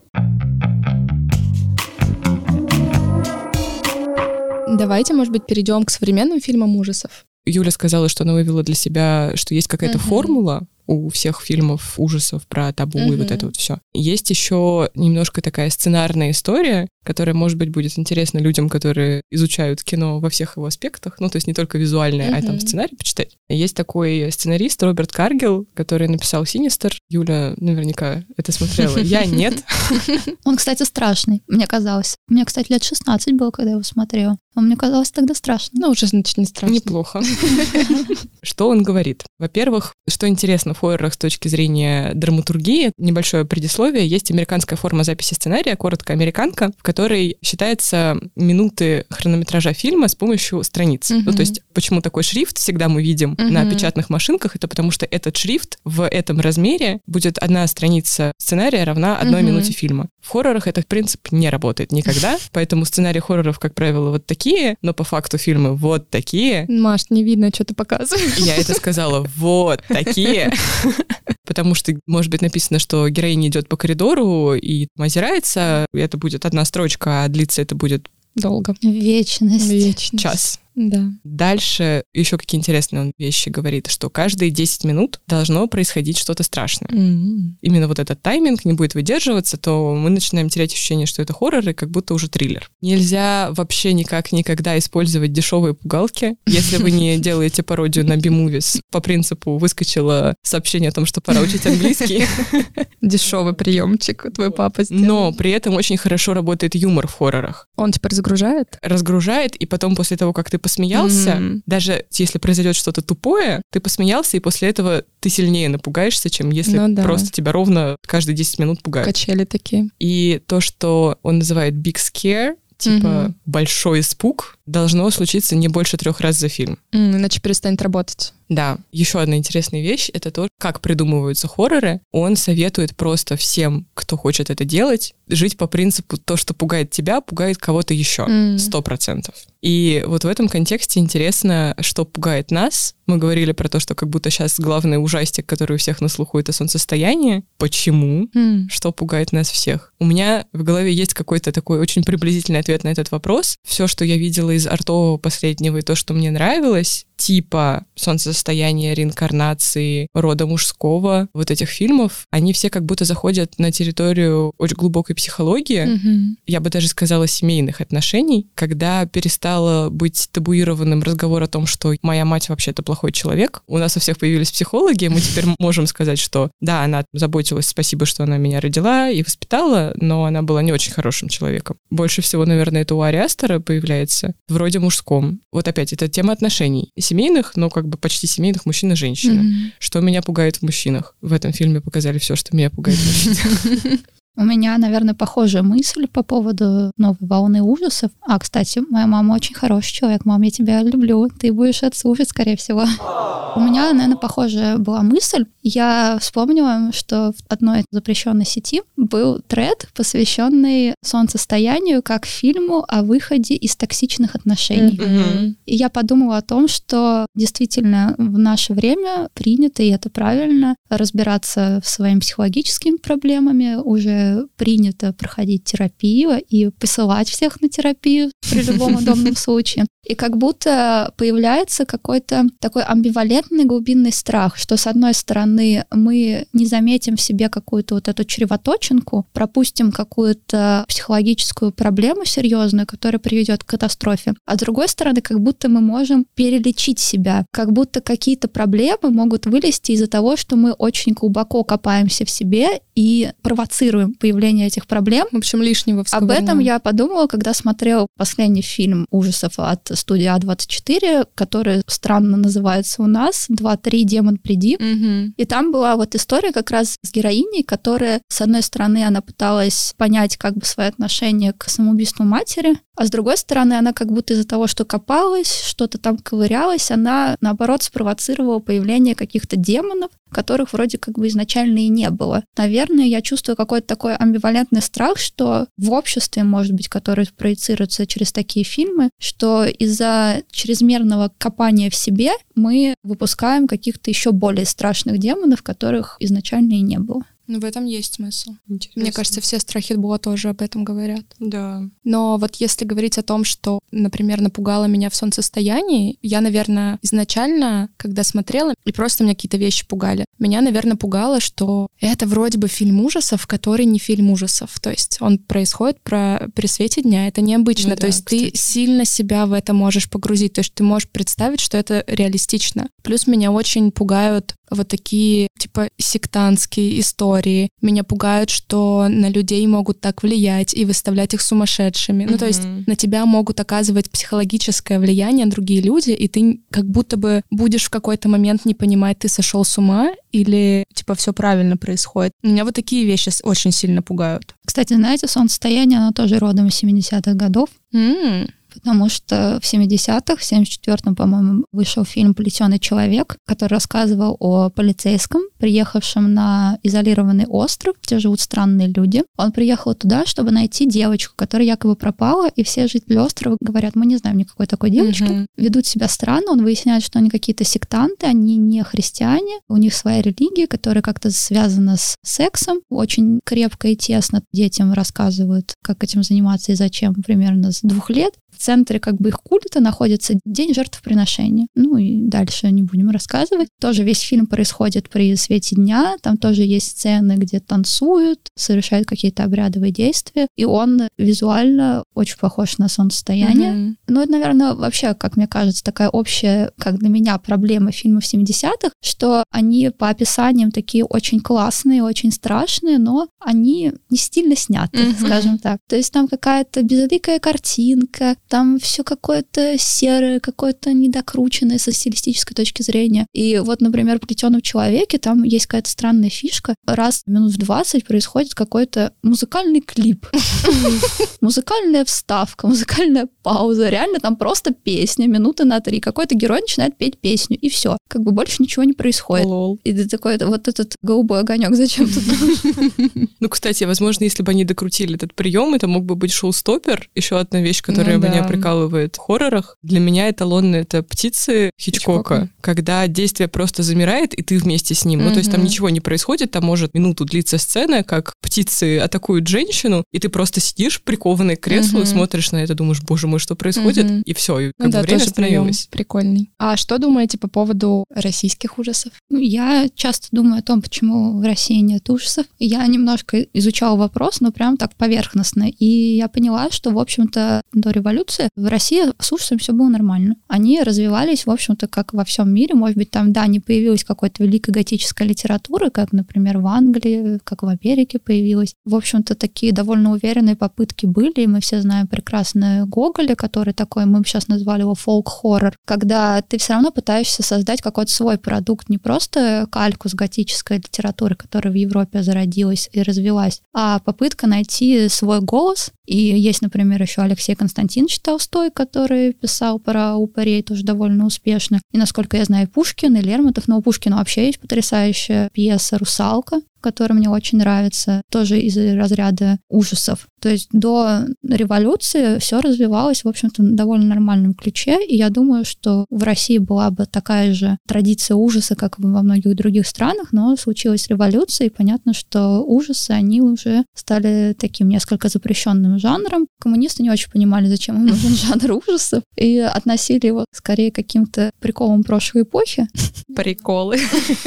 Давайте, может быть, перейдем к современным фильмам ужасов. Юля сказала, что она вывела для себя, что есть какая-то uh-huh. формула у всех фильмов ужасов про табу uh-huh. и вот это вот все. Есть еще немножко такая сценарная история. которая, может быть, будет интересна людям, которые изучают кино во всех его аспектах, ну, то есть не только визуальное, mm-hmm. а там сценарий почитать. Есть такой сценарист Роберт Каргилл, который написал «Синистер». Юля наверняка это смотрела. Я нет. Он, кстати, страшный, мне казалось. Мне, кстати, лет шестнадцать было, когда я его смотрела. Он мне казалось тогда страшным. Ну, уже, значит, не страшно. Неплохо. Что он говорит? Во-первых, что интересно в хоррорах с точки зрения драматургии, небольшое предисловие, есть американская форма записи сценария, коротко американка, в которой считается минуты хронометража фильма с помощью страниц. Mm-hmm. Ну, то есть почему такой шрифт всегда мы видим mm-hmm. на печатных машинках, это потому что этот шрифт в этом размере будет одна страница сценария равна одной mm-hmm. минуте фильма. В хоррорах этот принцип не работает никогда, поэтому сценарии хорроров, как правило, вот такие, но по факту фильмы вот такие. Маш, не видно, что ты показываешь. Я это сказала, вот такие. Потому что, может быть, написано, что героиня идет по коридору и озирается, и это будет одна строчка, а длиться это будет долго. Вечность. Вечность. Час. Да. Дальше еще какие интересные он вещи говорит, что каждые десять минут должно происходить что-то страшное. Mm-hmm. Именно вот этот тайминг не будет выдерживаться, то мы начинаем терять ощущение, что это хоррор и как будто уже триллер. Нельзя вообще никак никогда использовать дешевые пугалки. Если вы не делаете пародию на B-Movies, по принципу выскочило сообщение о том, что пора учить английский. Дешевый приемчик твой папа сделал. Но при этом очень хорошо работает юмор в хоррорах. Он теперь разгружает? Разгружает, и потом после того, как ты посмеялся, mm-hmm. даже если произойдет что-то тупое, ты посмеялся, и после этого ты сильнее напугаешься, чем если ну, да. просто тебя ровно каждые десять минут пугают. Качели такие. И то, что он называет big scare, типа mm-hmm. большой испуг, должно случиться не больше трех раз за фильм. Mm, иначе перестанет работать. Да. Еще одна интересная вещь — это то, как придумываются хорроры. Он советует просто всем, кто хочет это делать, жить по принципу то, что пугает тебя, пугает кого-то еще. Сто процентов. И вот в этом контексте интересно, что пугает нас. Мы говорили про то, что как будто сейчас главный ужастик, который у всех на слуху, это солнцестояние. Почему? Mm. Что пугает нас всех? У меня в голове есть какой-то такой очень приблизительный ответ на этот вопрос. Все, что я видела из артового последнего и то, что мне нравилось, типа солнцестояния, реинкарнации, рода мужского, вот этих фильмов, они все как будто заходят на территорию очень глубокой психологии, mm-hmm. я бы даже сказала семейных отношений, когда перестало быть табуированным разговор о том, что моя мать вообще-то плохой человек. У нас у всех появились психологи, мы теперь можем сказать, что да, она заботилась, спасибо, что она меня родила и воспитала, но она была не очень хорошим человеком. Больше всего, наверное, это у Ари Астера появляется в роде мужском. Вот опять, это тема отношений. Семейных, но как бы почти семейных мужчин и женщин. Mm-hmm. Что меня пугает в мужчинах? В этом фильме показали все, что меня пугает в мужчинах. У меня, наверное, похожая мысль по поводу новой волны ужасов. А, кстати, моя мама очень хороший человек. Мам, я тебя люблю. Ты будешь это слушать, скорее всего. У меня, наверное, похожая была мысль. Я вспомнила, что в одной запрещенной сети был тред, посвященный солнцестоянию как фильму о выходе из токсичных отношений. Mm-hmm. И я подумала о том, что действительно в наше время принято, и это правильно, разбираться с своими психологическими проблемами, уже принято проходить терапию и посылать всех на терапию при любом удобном случае. И как будто появляется какой-то такой амбивалентный глубинный страх, что, с одной стороны, мы не заметим в себе какую-то вот эту чревоточинку, пропустим какую-то психологическую проблему серьезную, которая приведет к катастрофе, а с другой стороны, как будто мы можем перелечить себя, как будто какие-то проблемы могут вылезти из-за того, что мы очень глубоко копаемся в себе и провоцируем появление этих проблем. В общем, лишнего всего. Об этом я подумала, когда смотрела последний фильм ужасов от студии А двадцать четыре, который странно называется у нас «два три. Демон, приди». Mm-hmm. И там была вот история как раз с героиней, которая, с одной стороны, она пыталась понять как бы свои отношения к самоубийству матери, а с другой стороны, она как будто из-за того, что копалась, что-то там ковырялась, она, наоборот, спровоцировала появление каких-то демонов, которых вроде как бы изначально и не было. Наверное, я чувствую какой-то такой амбивалентный страх, что в обществе, может быть, которое проецируется через такие фильмы, что из-за чрезмерного копания в себе мы выпускаем каких-то еще более страшных демонов, которых изначально и не было. Ну, в этом есть смысл. Интересно. Мне кажется, все страхи Бо тоже об этом говорят. Да. Но вот если говорить о том, что, например, напугало меня в солнцестоянии, я, наверное, изначально, когда смотрела, и просто меня какие-то вещи пугали, меня, наверное, пугало, что это вроде бы фильм ужасов, который не фильм ужасов. То есть он происходит про... при свете дня, это необычно. Ну, То да, есть кстати. ты сильно себя в это можешь погрузить. То есть ты можешь представить, что это реалистично. Плюс меня очень пугают вот такие, типа, сектантские истории. Меня пугают, что на людей могут так влиять и выставлять их сумасшедшими. Mm-hmm. Ну, то есть на тебя могут оказывать психологическое влияние другие люди, и ты как будто бы будешь в какой-то момент не понимать, ты сошел с ума или, типа, все правильно происходит. Меня вот такие вещи очень сильно пугают. Кстати, знаете, «Солнцестояние», оно тоже родом из семидесятых годов. Mm. Потому что в семидесятых, в семьдесят четвёртом, по-моему, вышел фильм «Плетеный человек», который рассказывал о полицейском, приехавшем на изолированный остров, где живут странные люди. Он приехал туда, чтобы найти девочку, которая якобы пропала, и все жители острова говорят: мы не знаем никакой такой девочки. Mm-hmm. Ведут себя странно, он выясняет, что они какие-то сектанты, они не христиане, у них своя религия, которая как-то связана с сексом. Очень крепко и тесно детям рассказывают, как этим заниматься и зачем, примерно с двух лет. В центре как бы их культа находится день жертвоприношения. Ну и дальше не будем рассказывать. Тоже весь фильм происходит при свете дня. Там тоже есть сцены, где танцуют, совершают какие-то обрядовые действия. И он визуально очень похож на солнцестояние. Mm-hmm. Ну это, наверное, вообще, как мне кажется, такая общая, как для меня, проблема фильмов семидесятых, что они по описаниям такие очень классные, очень страшные, но они не стильно сняты, mm-hmm. скажем так. То есть там какая-то безликая картинка, там все какое-то серое, какое-то недокрученное со стилистической точки зрения. И вот, например, в «Плетеном человеке» там есть какая-то странная фишка. Раз в минут в двадцать происходит какой-то музыкальный клип. Музыкальная вставка, музыкальная пауза. Реально там просто песня, минуты на три. Какой-то герой начинает петь песню, и все. Как бы больше ничего не происходит. И ты такой, вот этот голубой огонек зачем тут? Ну, кстати, возможно, если бы они докрутили этот прием, это мог бы быть шоу-стоппер. Еще одна вещь, которая меня прикалывает в хоррорах. Для меня эталонно это «Птицы» Хичкока, Хичкока, когда действие просто замирает, и ты вместе с ним. Mm-hmm. Ну, то есть там ничего не происходит, там может минуту длиться сцена, как птицы атакуют женщину, и ты просто сидишь прикованный к креслу, mm-hmm. смотришь на это, думаешь: боже мой, что происходит? Mm-hmm. И все, и как ну, бы да, время остановилось. Прикольный. А что думаете по поводу российских ужасов? Я часто думаю о том, почему в России нет ужасов. Я немножко изучала вопрос, но прям так поверхностно, и я поняла, что, в общем-то, до революции в России с ужасами все было нормально. Они развивались, в общем-то, как во всем мире. Может быть, там, да, не появилась какой-то великой готической литературы, как, например, в Англии, как в Америке появилась. В общем-то, такие довольно уверенные попытки были, и мы все знаем прекрасно Гоголя, который такой, мы бы сейчас назвали его фолк-хоррор, когда ты все равно пытаешься создать какой-то свой продукт, не просто кальку с готической литературы, которая в Европе зародилась и развилась, а попытка найти свой голос. И есть, например, еще Алексей Константинович Толстой, который писал про упырей тоже довольно успешно. И, насколько я знаю, Пушкин, и Лермонтов. Но у Пушкина вообще есть потрясающая пьеса «Русалка», которая мне очень нравится, тоже из разряда ужасов. То есть до революции все развивалось, в общем-то, в довольно нормальном ключе, и я думаю, что в России была бы такая же традиция ужаса, как во многих других странах, но случилась революция, и понятно, что ужасы, они уже стали таким несколько запрещенным жанром. Коммунисты не очень понимали, зачем им нужен жанр ужасов, и относили его скорее к каким-то приколам прошлой эпохи. Приколы.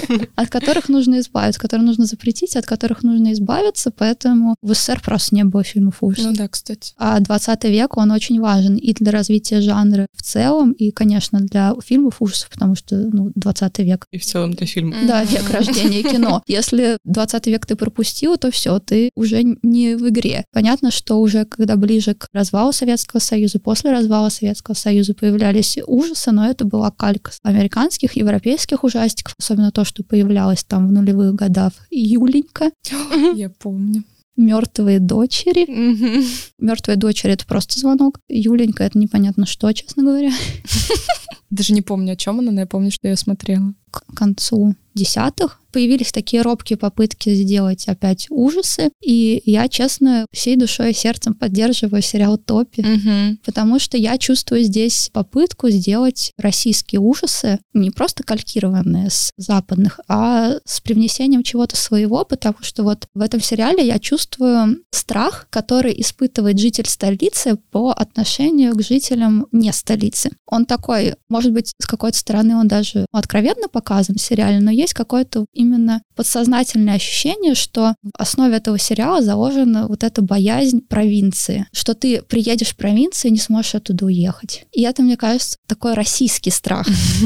От которых нужно избавиться, которые нужно запретить, от которых нужно избавиться, поэтому в СССР просто не было фильмов ужасов. Ну да, кстати. А двадцатый век, он очень важен и для развития жанра в целом, и, конечно, для фильмов ужасов, потому что, ну, двадцатый век. И в целом для фильмов. Да, век рождения кино. Если двадцатый век ты пропустил, то все, ты уже не в игре. Понятно, что уже когда ближе к развалу Советского Союза, после развала Советского Союза появлялись ужасы, но это была калька американских, европейских ужастиков, особенно то, что появлялось там в нулевых годах. Юленька. Я помню. Мертвые дочери. Мертвые дочери — это просто звонок. Юленька — это непонятно что, честно говоря. Даже не помню, о чем она, но я помню, что я смотрела. К концу десятых появились такие робкие попытки сделать опять ужасы, и я, честно, всей душой и сердцем поддерживаю сериал «Топи», угу. потому что я чувствую здесь попытку сделать российские ужасы не просто калькированные с западных, а с привнесением чего-то своего, потому что вот в этом сериале я чувствую страх, который испытывает житель столицы по отношению к жителям не столицы. Он такой, может быть, с какой-то стороны он даже откровенно показан в сериале, но есть какое-то именно подсознательное ощущение, что в основе этого сериала заложена вот эта боязнь провинции, что ты приедешь в провинцию и не сможешь оттуда уехать. И это, мне кажется, такой российский страх.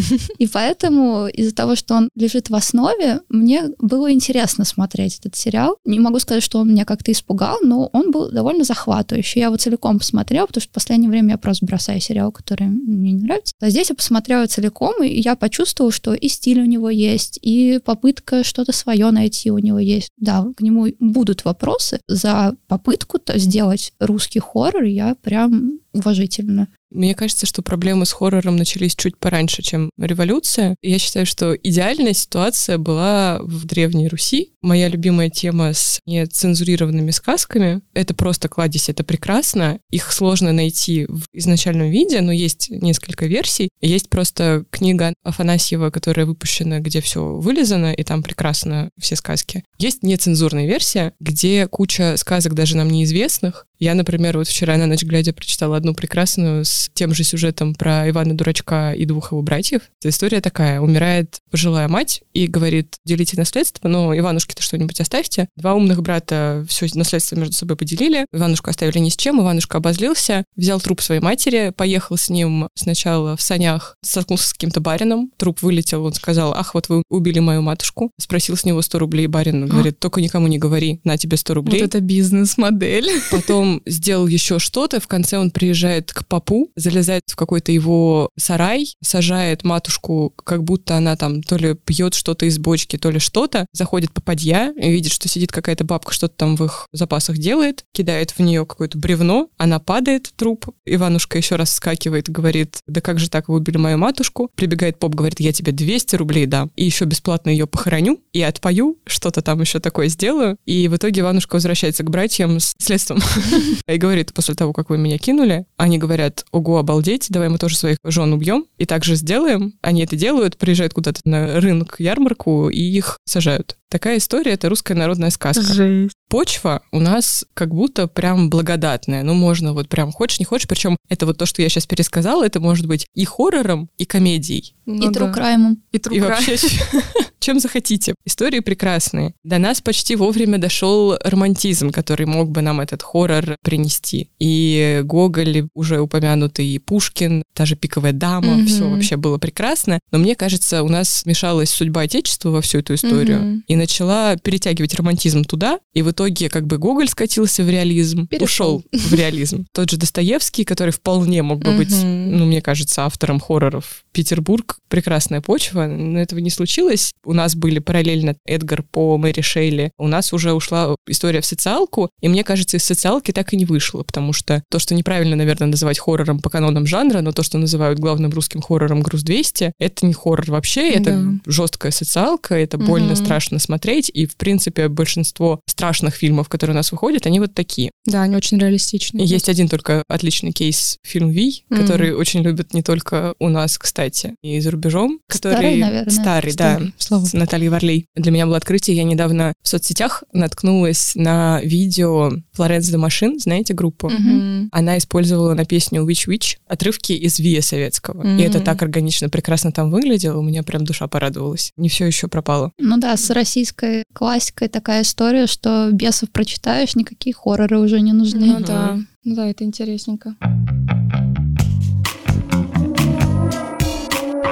И поэтому из-за того, что он лежит в основе, мне было интересно смотреть этот сериал. Не могу сказать, что он меня как-то испугал, но он был довольно захватывающий. Я его целиком посмотрела, потому что в последнее время я просто бросаю сериалы, которые мне не нравятся. А здесь я посмотрела целиком, и я почувствовала, что и стиль у него есть, и попытка что-то свое найти у него есть. Да, к нему будут вопросы. За попытку-то сделать русский хоррор я прям уважительно. Мне кажется, что проблемы с хоррором начались чуть пораньше, чем революция. Я считаю, что идеальная ситуация была в Древней Руси. Моя любимая тема с нецензурированными сказками. Это просто кладезь, это прекрасно. Их сложно найти в изначальном виде, но есть несколько версий. Есть просто книга Афанасьева, которая выпущена, где все вылезано, и там прекрасно все сказки. Есть нецензурная версия, где куча сказок даже нам неизвестных. Я, например, вот вчера на ночь глядя прочитала одну прекрасную с тем же сюжетом про Ивана Дурачка и двух его братьев. Эта история такая. Умирает пожилая мать и говорит: делите наследство, но Иванушке-то что-нибудь оставьте. Два умных брата все наследство между собой поделили. Иванушку оставили ни с чем. Иванушка обозлился, взял труп своей матери, поехал с ним сначала в санях, столкнулся с каким-то барином. Труп вылетел, он сказал: ах, вот вы убили мою матушку. Спросил с него сто рублей. Барин говорит: только никому не говори, на тебе сто рублей. Вот это бизнес-модель. Потом сделал еще что-то, в конце он приезжает к попу, залезает в какой-то его сарай, сажает матушку, как будто она там то ли пьет что-то из бочки, то ли что-то, заходит попадья и видит, что сидит какая-то бабка, что-то там в их запасах делает, кидает в нее какое-то бревно, она падает, труп. Иванушка еще раз вскакивает, говорит: да как же так, вы убили мою матушку? Прибегает поп, говорит: я тебе двести рублей дам, и еще бесплатно ее похороню, и отпою, что-то там еще такое сделаю. И в итоге Иванушка возвращается к братьям с следством. И говорит: после того, как вы меня кинули, они говорят: ого, обалдеть, давай мы тоже своих жен убьем и так же сделаем. Они это делают, приезжают куда-то на рынок, ярмарку, и их сажают. Такая история — это русская народная сказка. Жесть. Почва у нас как будто прям благодатная. Ну, можно вот прям хочешь, не хочешь. Причем это вот то, что я сейчас пересказала, это может быть и хоррором, и комедией. Ну, и тру-краймом. И, и вообще чем захотите. Истории прекрасные. До нас почти вовремя дошел романтизм, который мог бы нам этот хоррор принести. И Гоголь, уже упомянутый, и Пушкин, та же «Пиковая дама», mm-hmm. все вообще было прекрасно. Но мне кажется, у нас смешалась судьба Отечества во всю эту историю. Mm-hmm. И начала перетягивать романтизм туда. И в итоге как бы Гоголь скатился в реализм, Перешел. ушел в реализм. Тот же Достоевский, который вполне мог бы mm-hmm. быть, ну, мне кажется, автором хорроров. Петербург — прекрасная почва, но этого не случилось. У нас были параллельно Эдгар По, Мэри Шелли. У нас уже ушла история в социалку, и мне кажется, из социалки так и не вышло, потому что то, что неправильно, наверное, называть хоррором по канонам жанра, но то, что называют главным русским хоррором «Груз двести», это не хоррор вообще, это да. жесткая социалка, это больно, угу. страшно смотреть, и, в принципе, большинство страшных фильмов, которые у нас выходят, они вот такие. Да, они очень реалистичные. Есть один только отличный кейс, фильм «Вий», mm. который очень любят не только у нас, кстати, и за рубежом. Который... Старый, наверное. Старый, Старый. да, Слава. С Натальей Варлей. Для меня было открытие. Я недавно в соцсетях наткнулась на видео Florence the Machine, знаете группу? Mm-hmm. Она использовала на песню Witch Witch отрывки из Вия советского. Mm-hmm. И это так органично, прекрасно там выглядело. У меня прям душа порадовалась. Не все еще пропало. Ну да, с российской классикой такая история, что бесов прочитаешь, никакие хорроры уже не нужны. Ну mm-hmm. да, ну да, это интересненько.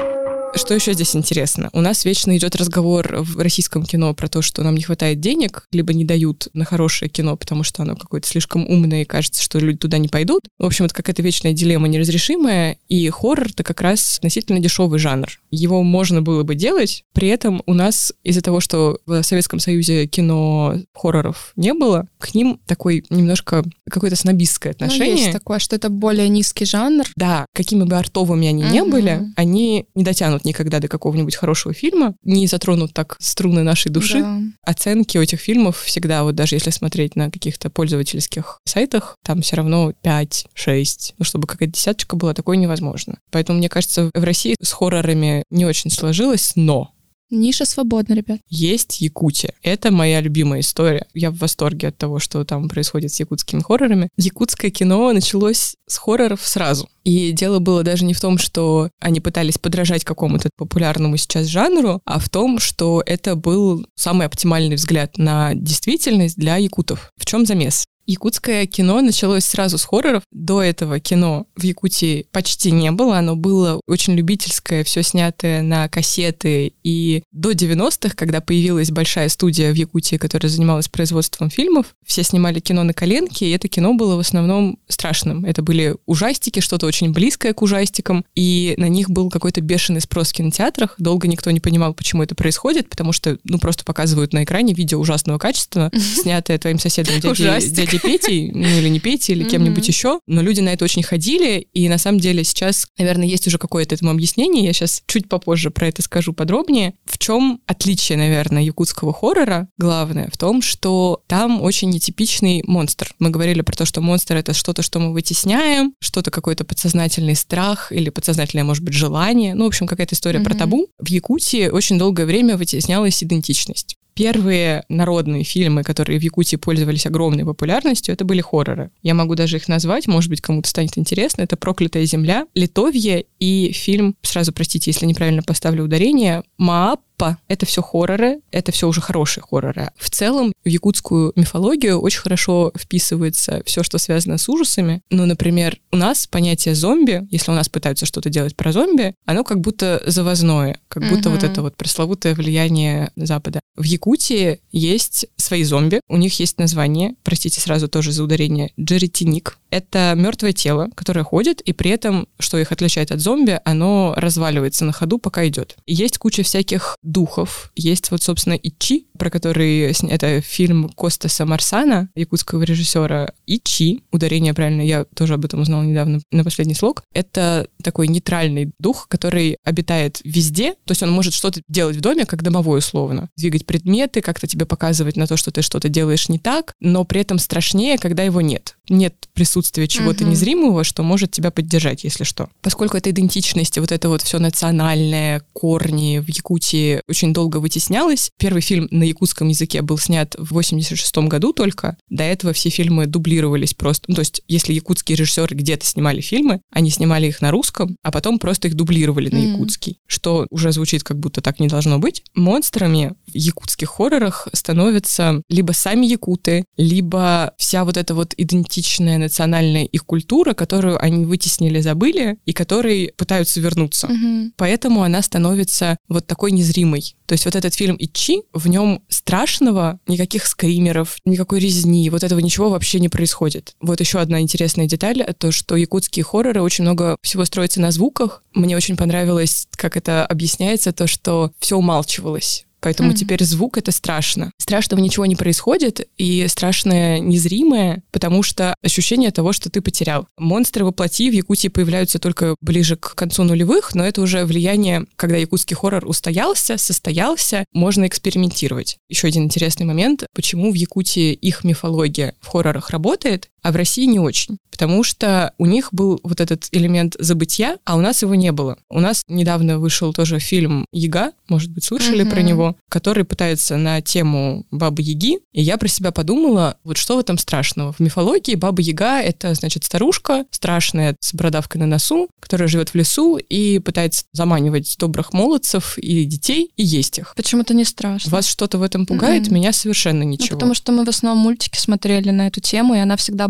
Что еще здесь интересно? У нас вечно идет разговор в российском кино про то, что нам не хватает денег, либо не дают на хорошее кино, потому что оно какое-то слишком умное, и кажется, что люди туда не пойдут. В общем, это какая-то вечная дилемма неразрешимая, и хоррор-то как раз относительно дешевый жанр. Его можно было бы делать, при этом у нас из-за того, что в Советском Союзе кино хорроров не было, к ним такой немножко какое-то снобистское отношение. Ну, есть такое, что это более низкий жанр. Да, какими бы артовыми они ни были, они не дотянут никогда до какого-нибудь хорошего фильма, не затронут так струны нашей души. Да. Оценки у этих фильмов всегда, вот даже если смотреть на каких-то пользовательских сайтах, там все равно пять-шесть. Ну, чтобы какая-то десяточка была, такое невозможно. Поэтому, мне кажется, в России с хоррорами не очень сложилось, но... Ниша свободна, ребят. Есть Якутия. Это моя любимая история. Я в восторге от того, что там происходит с якутскими хоррорами. Якутское кино началось с хорроров сразу. И дело было даже не в том, что они пытались подражать какому-то популярному сейчас жанру, а в том, что это был самый оптимальный взгляд на действительность для якутов. В чем замес? Якутское кино началось сразу с хорроров. До этого кино в Якутии почти не было. Оно было очень любительское, все снятое на кассеты. И до девяностых, когда появилась большая студия в Якутии, которая занималась производством фильмов, все снимали кино на коленке, и это кино было в основном страшным. Это были ужастики, что-то очень близкое к ужастикам, и на них был какой-то бешеный спрос в кинотеатрах. Долго никто не понимал, почему это происходит, потому что, ну, просто показывают на экране видео ужасного качества, снятое твоим соседом дядей Петей, ну или не Петей, или кем-нибудь mm-hmm. еще, но люди на это очень ходили, и на самом деле сейчас, наверное, есть уже какое-то этому объяснение, я сейчас чуть попозже про это скажу подробнее. В чем отличие, наверное, якутского хоррора? Главное в том, что там очень нетипичный монстр. Мы говорили про то, что монстр — это что-то, что мы вытесняем, что-то какой-то подсознательный страх или подсознательное, может быть, желание, ну, в общем, какая-то история mm-hmm. про табу. В Якутии очень долгое время вытеснялась идентичность. Первые народные фильмы, которые в Якутии пользовались огромной популярностью, это были хорроры. Я могу даже их назвать, может быть, кому-то станет интересно. Это «Проклятая земля», «Литовье» и фильм, сразу простите, если неправильно поставлю ударение, «Мааппа». Это все хорроры, это все уже хорошие хорроры. В целом, в якутскую мифологию очень хорошо вписывается все, что связано с ужасами. Ну, например, у нас понятие зомби, если у нас пытаются что-то делать про зомби, оно как будто завозное, как будто mm-hmm. вот это вот пресловутое влияние Запада. В Якутии есть свои зомби, у них есть название, простите сразу тоже за ударение, джеретиник. Это мертвое тело, которое ходит, и при этом, что их отличает от зомби, оно разваливается на ходу, пока идет. Есть куча всяких духов. Есть вот, собственно, Ичи, про который это фильм Костаса Марсана, якутского режиссера. Ичи, ударение правильно, я тоже об этом узнала недавно на последний слог. Это такой нейтральный дух, который обитает везде, то есть он может что-то делать в доме, как домовой условно. Двигать предметы, как-то тебе показывать на то, что ты что-то делаешь не так, но при этом страшнее, когда его нет. Нет присутствия чего-то uh-huh. незримого, что может тебя поддержать, если что. Поскольку это идентичность, вот это вот все национальное, корни в Якутии очень долго вытеснялось. Первый фильм на якутском языке был снят в восемьдесят шестом году только. До этого все фильмы дублировались просто. Ну, то есть, если якутские режиссеры где-то снимали фильмы, они снимали их на русском, а потом просто их дублировали на mm. якутский, что уже звучит, как будто так не должно быть. Монстрами в якутских хоррорах становятся либо сами якуты, либо вся вот эта вот идентичная национальная их культура, которую они вытеснили, забыли, и которой пытаются вернуться. Mm-hmm. Поэтому она становится вот такой незримой. То есть вот этот фильм «Ичи», в нем страшного, никаких скримеров, никакой резни, вот этого ничего вообще не происходит. Вот еще одна интересная деталь, то, что якутские хорроры очень много всего строятся на звуках. Мне очень понравилось, как это объясняется, то, что все умалчивалось. Поэтому mm-hmm. теперь звук — это страшно. Страшного ничего не происходит, и страшное незримое, потому что ощущение того, что ты потерял. Монстры воплоти в Якутии появляются только ближе к концу нулевых, но это уже влияние, когда якутский хоррор устоялся, состоялся, можно экспериментировать. Еще один интересный момент, почему в Якутии их мифология в хоррорах работает, а в России не очень. Потому что у них был вот этот элемент забытья, а у нас его не было. У нас недавно вышел тоже фильм «Яга», может быть, слышали mm-hmm. про него, который пытается на тему Бабы-Яги. И я про себя подумала, вот что в этом страшного? В мифологии Баба-Яга — это, значит, старушка страшная с бородавкой на носу, которая живет в лесу и пытается заманивать добрых молодцев и детей и есть их. Почему-то не страшно. Вас что-то в этом пугает? Mm-hmm. Меня совершенно ничего. Ну, потому что мы в основном мультики смотрели на эту тему, и она всегда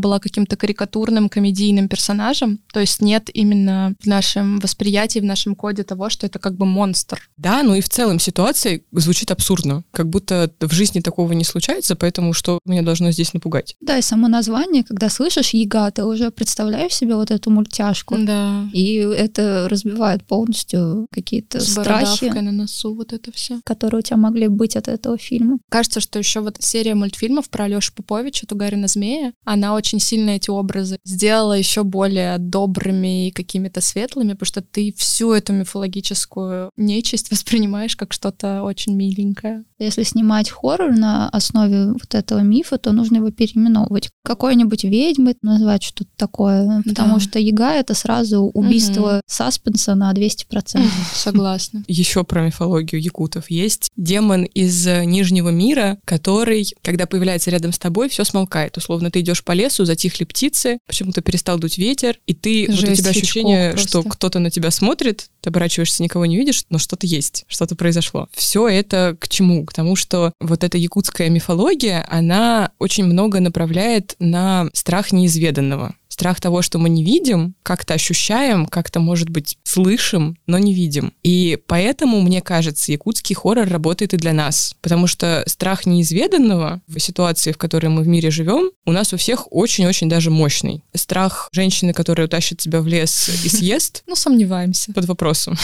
была каким-то карикатурным комедийным персонажем, то есть нет именно в нашем восприятии, в нашем коде того, что это как бы монстр. Да, ну и в целом ситуация звучит абсурдно, как будто в жизни такого не случается, поэтому что меня должно здесь напугать? Да, и само название, когда слышишь «Яга», ты уже представляешь себе вот эту мультяшку. Да. И это разбивает полностью какие-то С страхи, бородавкой на носу, вот это все, которые у тебя могли быть от этого фильма. Кажется, что еще вот серия мультфильмов про Алёшу Поповича, Тугарина змея, она очень сильно эти образы сделала еще более добрыми и какими-то светлыми, потому что ты всю эту мифологическую нечисть воспринимаешь как что-то очень миленькое. Если снимать хоррор на основе вот этого мифа, то нужно его переименовывать. Какой-нибудь ведьмой назвать что-то такое, потому да. что Яга — это сразу убийство угу. саспенса на двести процентов. Согласна. Еще про мифологию якутов. Есть демон из Нижнего мира, который, когда появляется рядом с тобой, все смолкает. Условно, ты идешь по лесу, затихли птицы, почему-то перестал дуть ветер, и ты, Жесть, вот у тебя ощущение, что кто-то на тебя смотрит, ты оборачиваешься, никого не видишь, но что-то есть, что-то произошло. Все это к чему? К тому, что вот эта якутская мифология, она очень много направляет на страх неизведанного. Страх того, что мы не видим, как-то ощущаем, как-то, может быть, слышим, но не видим. И поэтому, мне кажется, якутский хоррор работает и для нас. Потому что страх неизведанного в ситуации, в которой мы в мире живем, у нас у всех очень-очень даже мощный. Страх женщины, которая утащит тебя в лес и съест... Ну, сомневаемся. Под вопросом.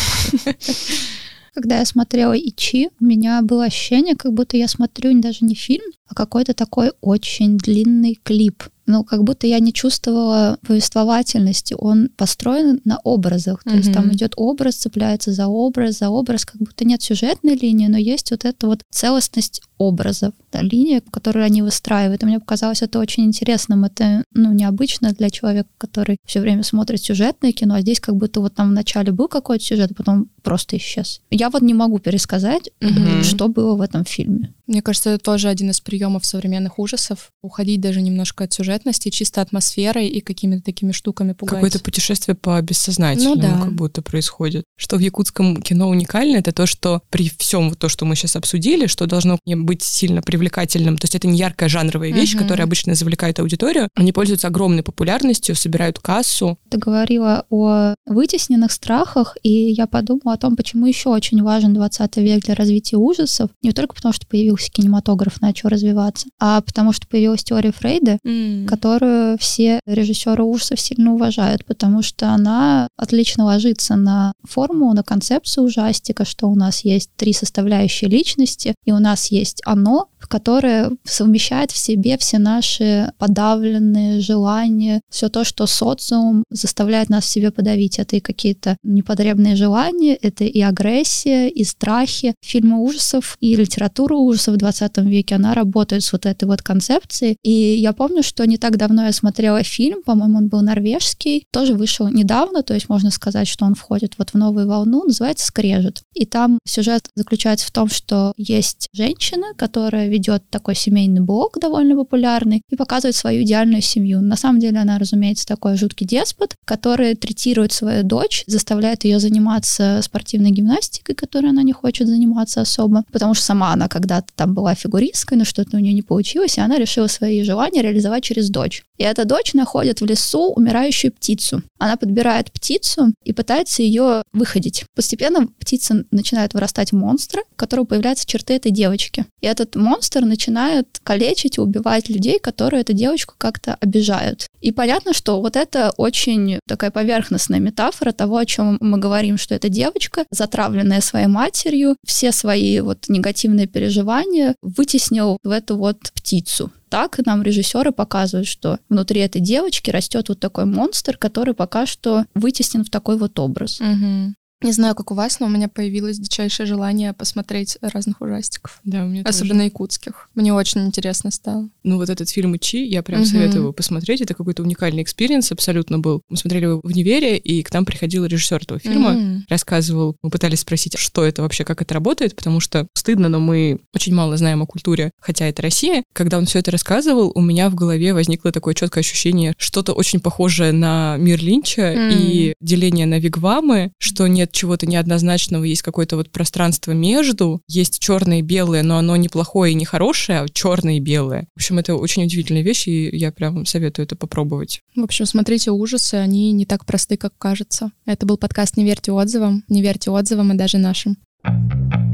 Когда я смотрела «Ичи», у меня было ощущение, как будто я смотрю даже не фильм, а какой-то такой очень длинный клип. Ну, как будто я не чувствовала повествовательности. Он построен на образах. То mm-hmm. есть там идет образ, цепляется за образ, за образ. Как будто нет сюжетной линии, но есть вот эта вот целостность образов. Да, линия, которую они выстраивают. И мне показалось это очень интересным. Это, ну, необычно для человека, который все время смотрит сюжетное кино, а здесь как будто вот там вначале был какой-то сюжет, а потом просто исчез. Я вот не могу пересказать, mm-hmm. что было в этом фильме. Мне кажется, это тоже один из приемов современных ужасов. Уходить даже немножко от сюжетности, чисто атмосферой и какими-то такими штуками пугать. Какое-то путешествие по бессознательному ну, да. как будто происходит. Что в якутском кино уникально, это то, что при всем то, что мы сейчас обсудили, что должно быть сильно привлекательным, то есть это не яркая жанровая вещь, uh-huh. которая обычно завлекает аудиторию, они пользуются огромной популярностью, собирают кассу. Ты говорила о вытесненных страхах, и я подумала о том, почему еще очень важен двадцатый век для развития ужасов. Не только потому, что появился кинематограф, начал развиваться, а потому что появилась теория Фрейда, mm. которую все режиссеры ужасов сильно уважают, потому что она отлично ложится на форму, на концепцию ужастика, что у нас есть три составляющие личности, и у нас есть оно, которое совмещает в себе все наши подавленные желания, все то, что социум заставляет нас в себе подавить. Это и какие-то непотребные желания, это и агрессия, и страхи. Фильмы ужасов и литература ужасов в двадцатом веке, она работает с вот этой вот концепцией. И я помню, что не так давно я смотрела фильм, по-моему, он был норвежский, тоже вышел недавно, то есть можно сказать, что он входит вот в новую волну, называется «Скрежет». И там сюжет заключается в том, что есть женщина, которая ведет такой семейный блог довольно популярный и показывает свою идеальную семью. На самом деле она, разумеется, такой жуткий деспот, который третирует свою дочь, заставляет ее заниматься спортивной гимнастикой, которой она не хочет заниматься особо, потому что сама она когда-то там была фигуристкой, но что-то у нее не получилось, и она решила свои желания реализовать через дочь. И эта дочь находит в лесу умирающую птицу. Она подбирает птицу и пытается ее выходить. Постепенно птица начинает вырастать в монстра, у которого появляются черты этой девочки. И этот монстр начинает калечить и убивать людей, которые эту девочку как-то обижают. И понятно, что вот это очень такая поверхностная метафора того, о чем мы говорим, что эта девочка, затравленная своей матерью, все свои вот негативные переживания вытеснил в эту вот птицу. Так нам режиссеры показывают, что внутри этой девочки растет вот такой монстр, который пока что вытеснен в такой вот образ. Угу. Не знаю, как у вас, но у меня появилось дичайшее желание посмотреть разных ужастиков. Да, у меня Особенно тоже. Якутских. Мне очень интересно стало. Ну вот этот фильм «Ичи», я прям Угу. советую его посмотреть. Это какой-то уникальный экспириенс абсолютно был. Мы смотрели его в универе, и к нам приходил режиссер этого фильма, Угу. рассказывал, мы пытались спросить, что это вообще, как это работает, потому что стыдно, но мы очень мало знаем о культуре, хотя это Россия. Когда он все это рассказывал, у меня в голове возникло такое четкое ощущение, что-то очень похожее на «Мир Линча» mm. и деление на вигвамы, что нет нет чего-то неоднозначного, есть какое-то вот пространство между, есть черное и белое, но оно не плохое и не хорошее, а черное и белое. В общем, это очень удивительная вещь, и я прям советую это попробовать. В общем, смотрите ужасы, они не так просты, как кажется. Это был подкаст «Не верьте отзывам», не верьте отзывам и даже нашим.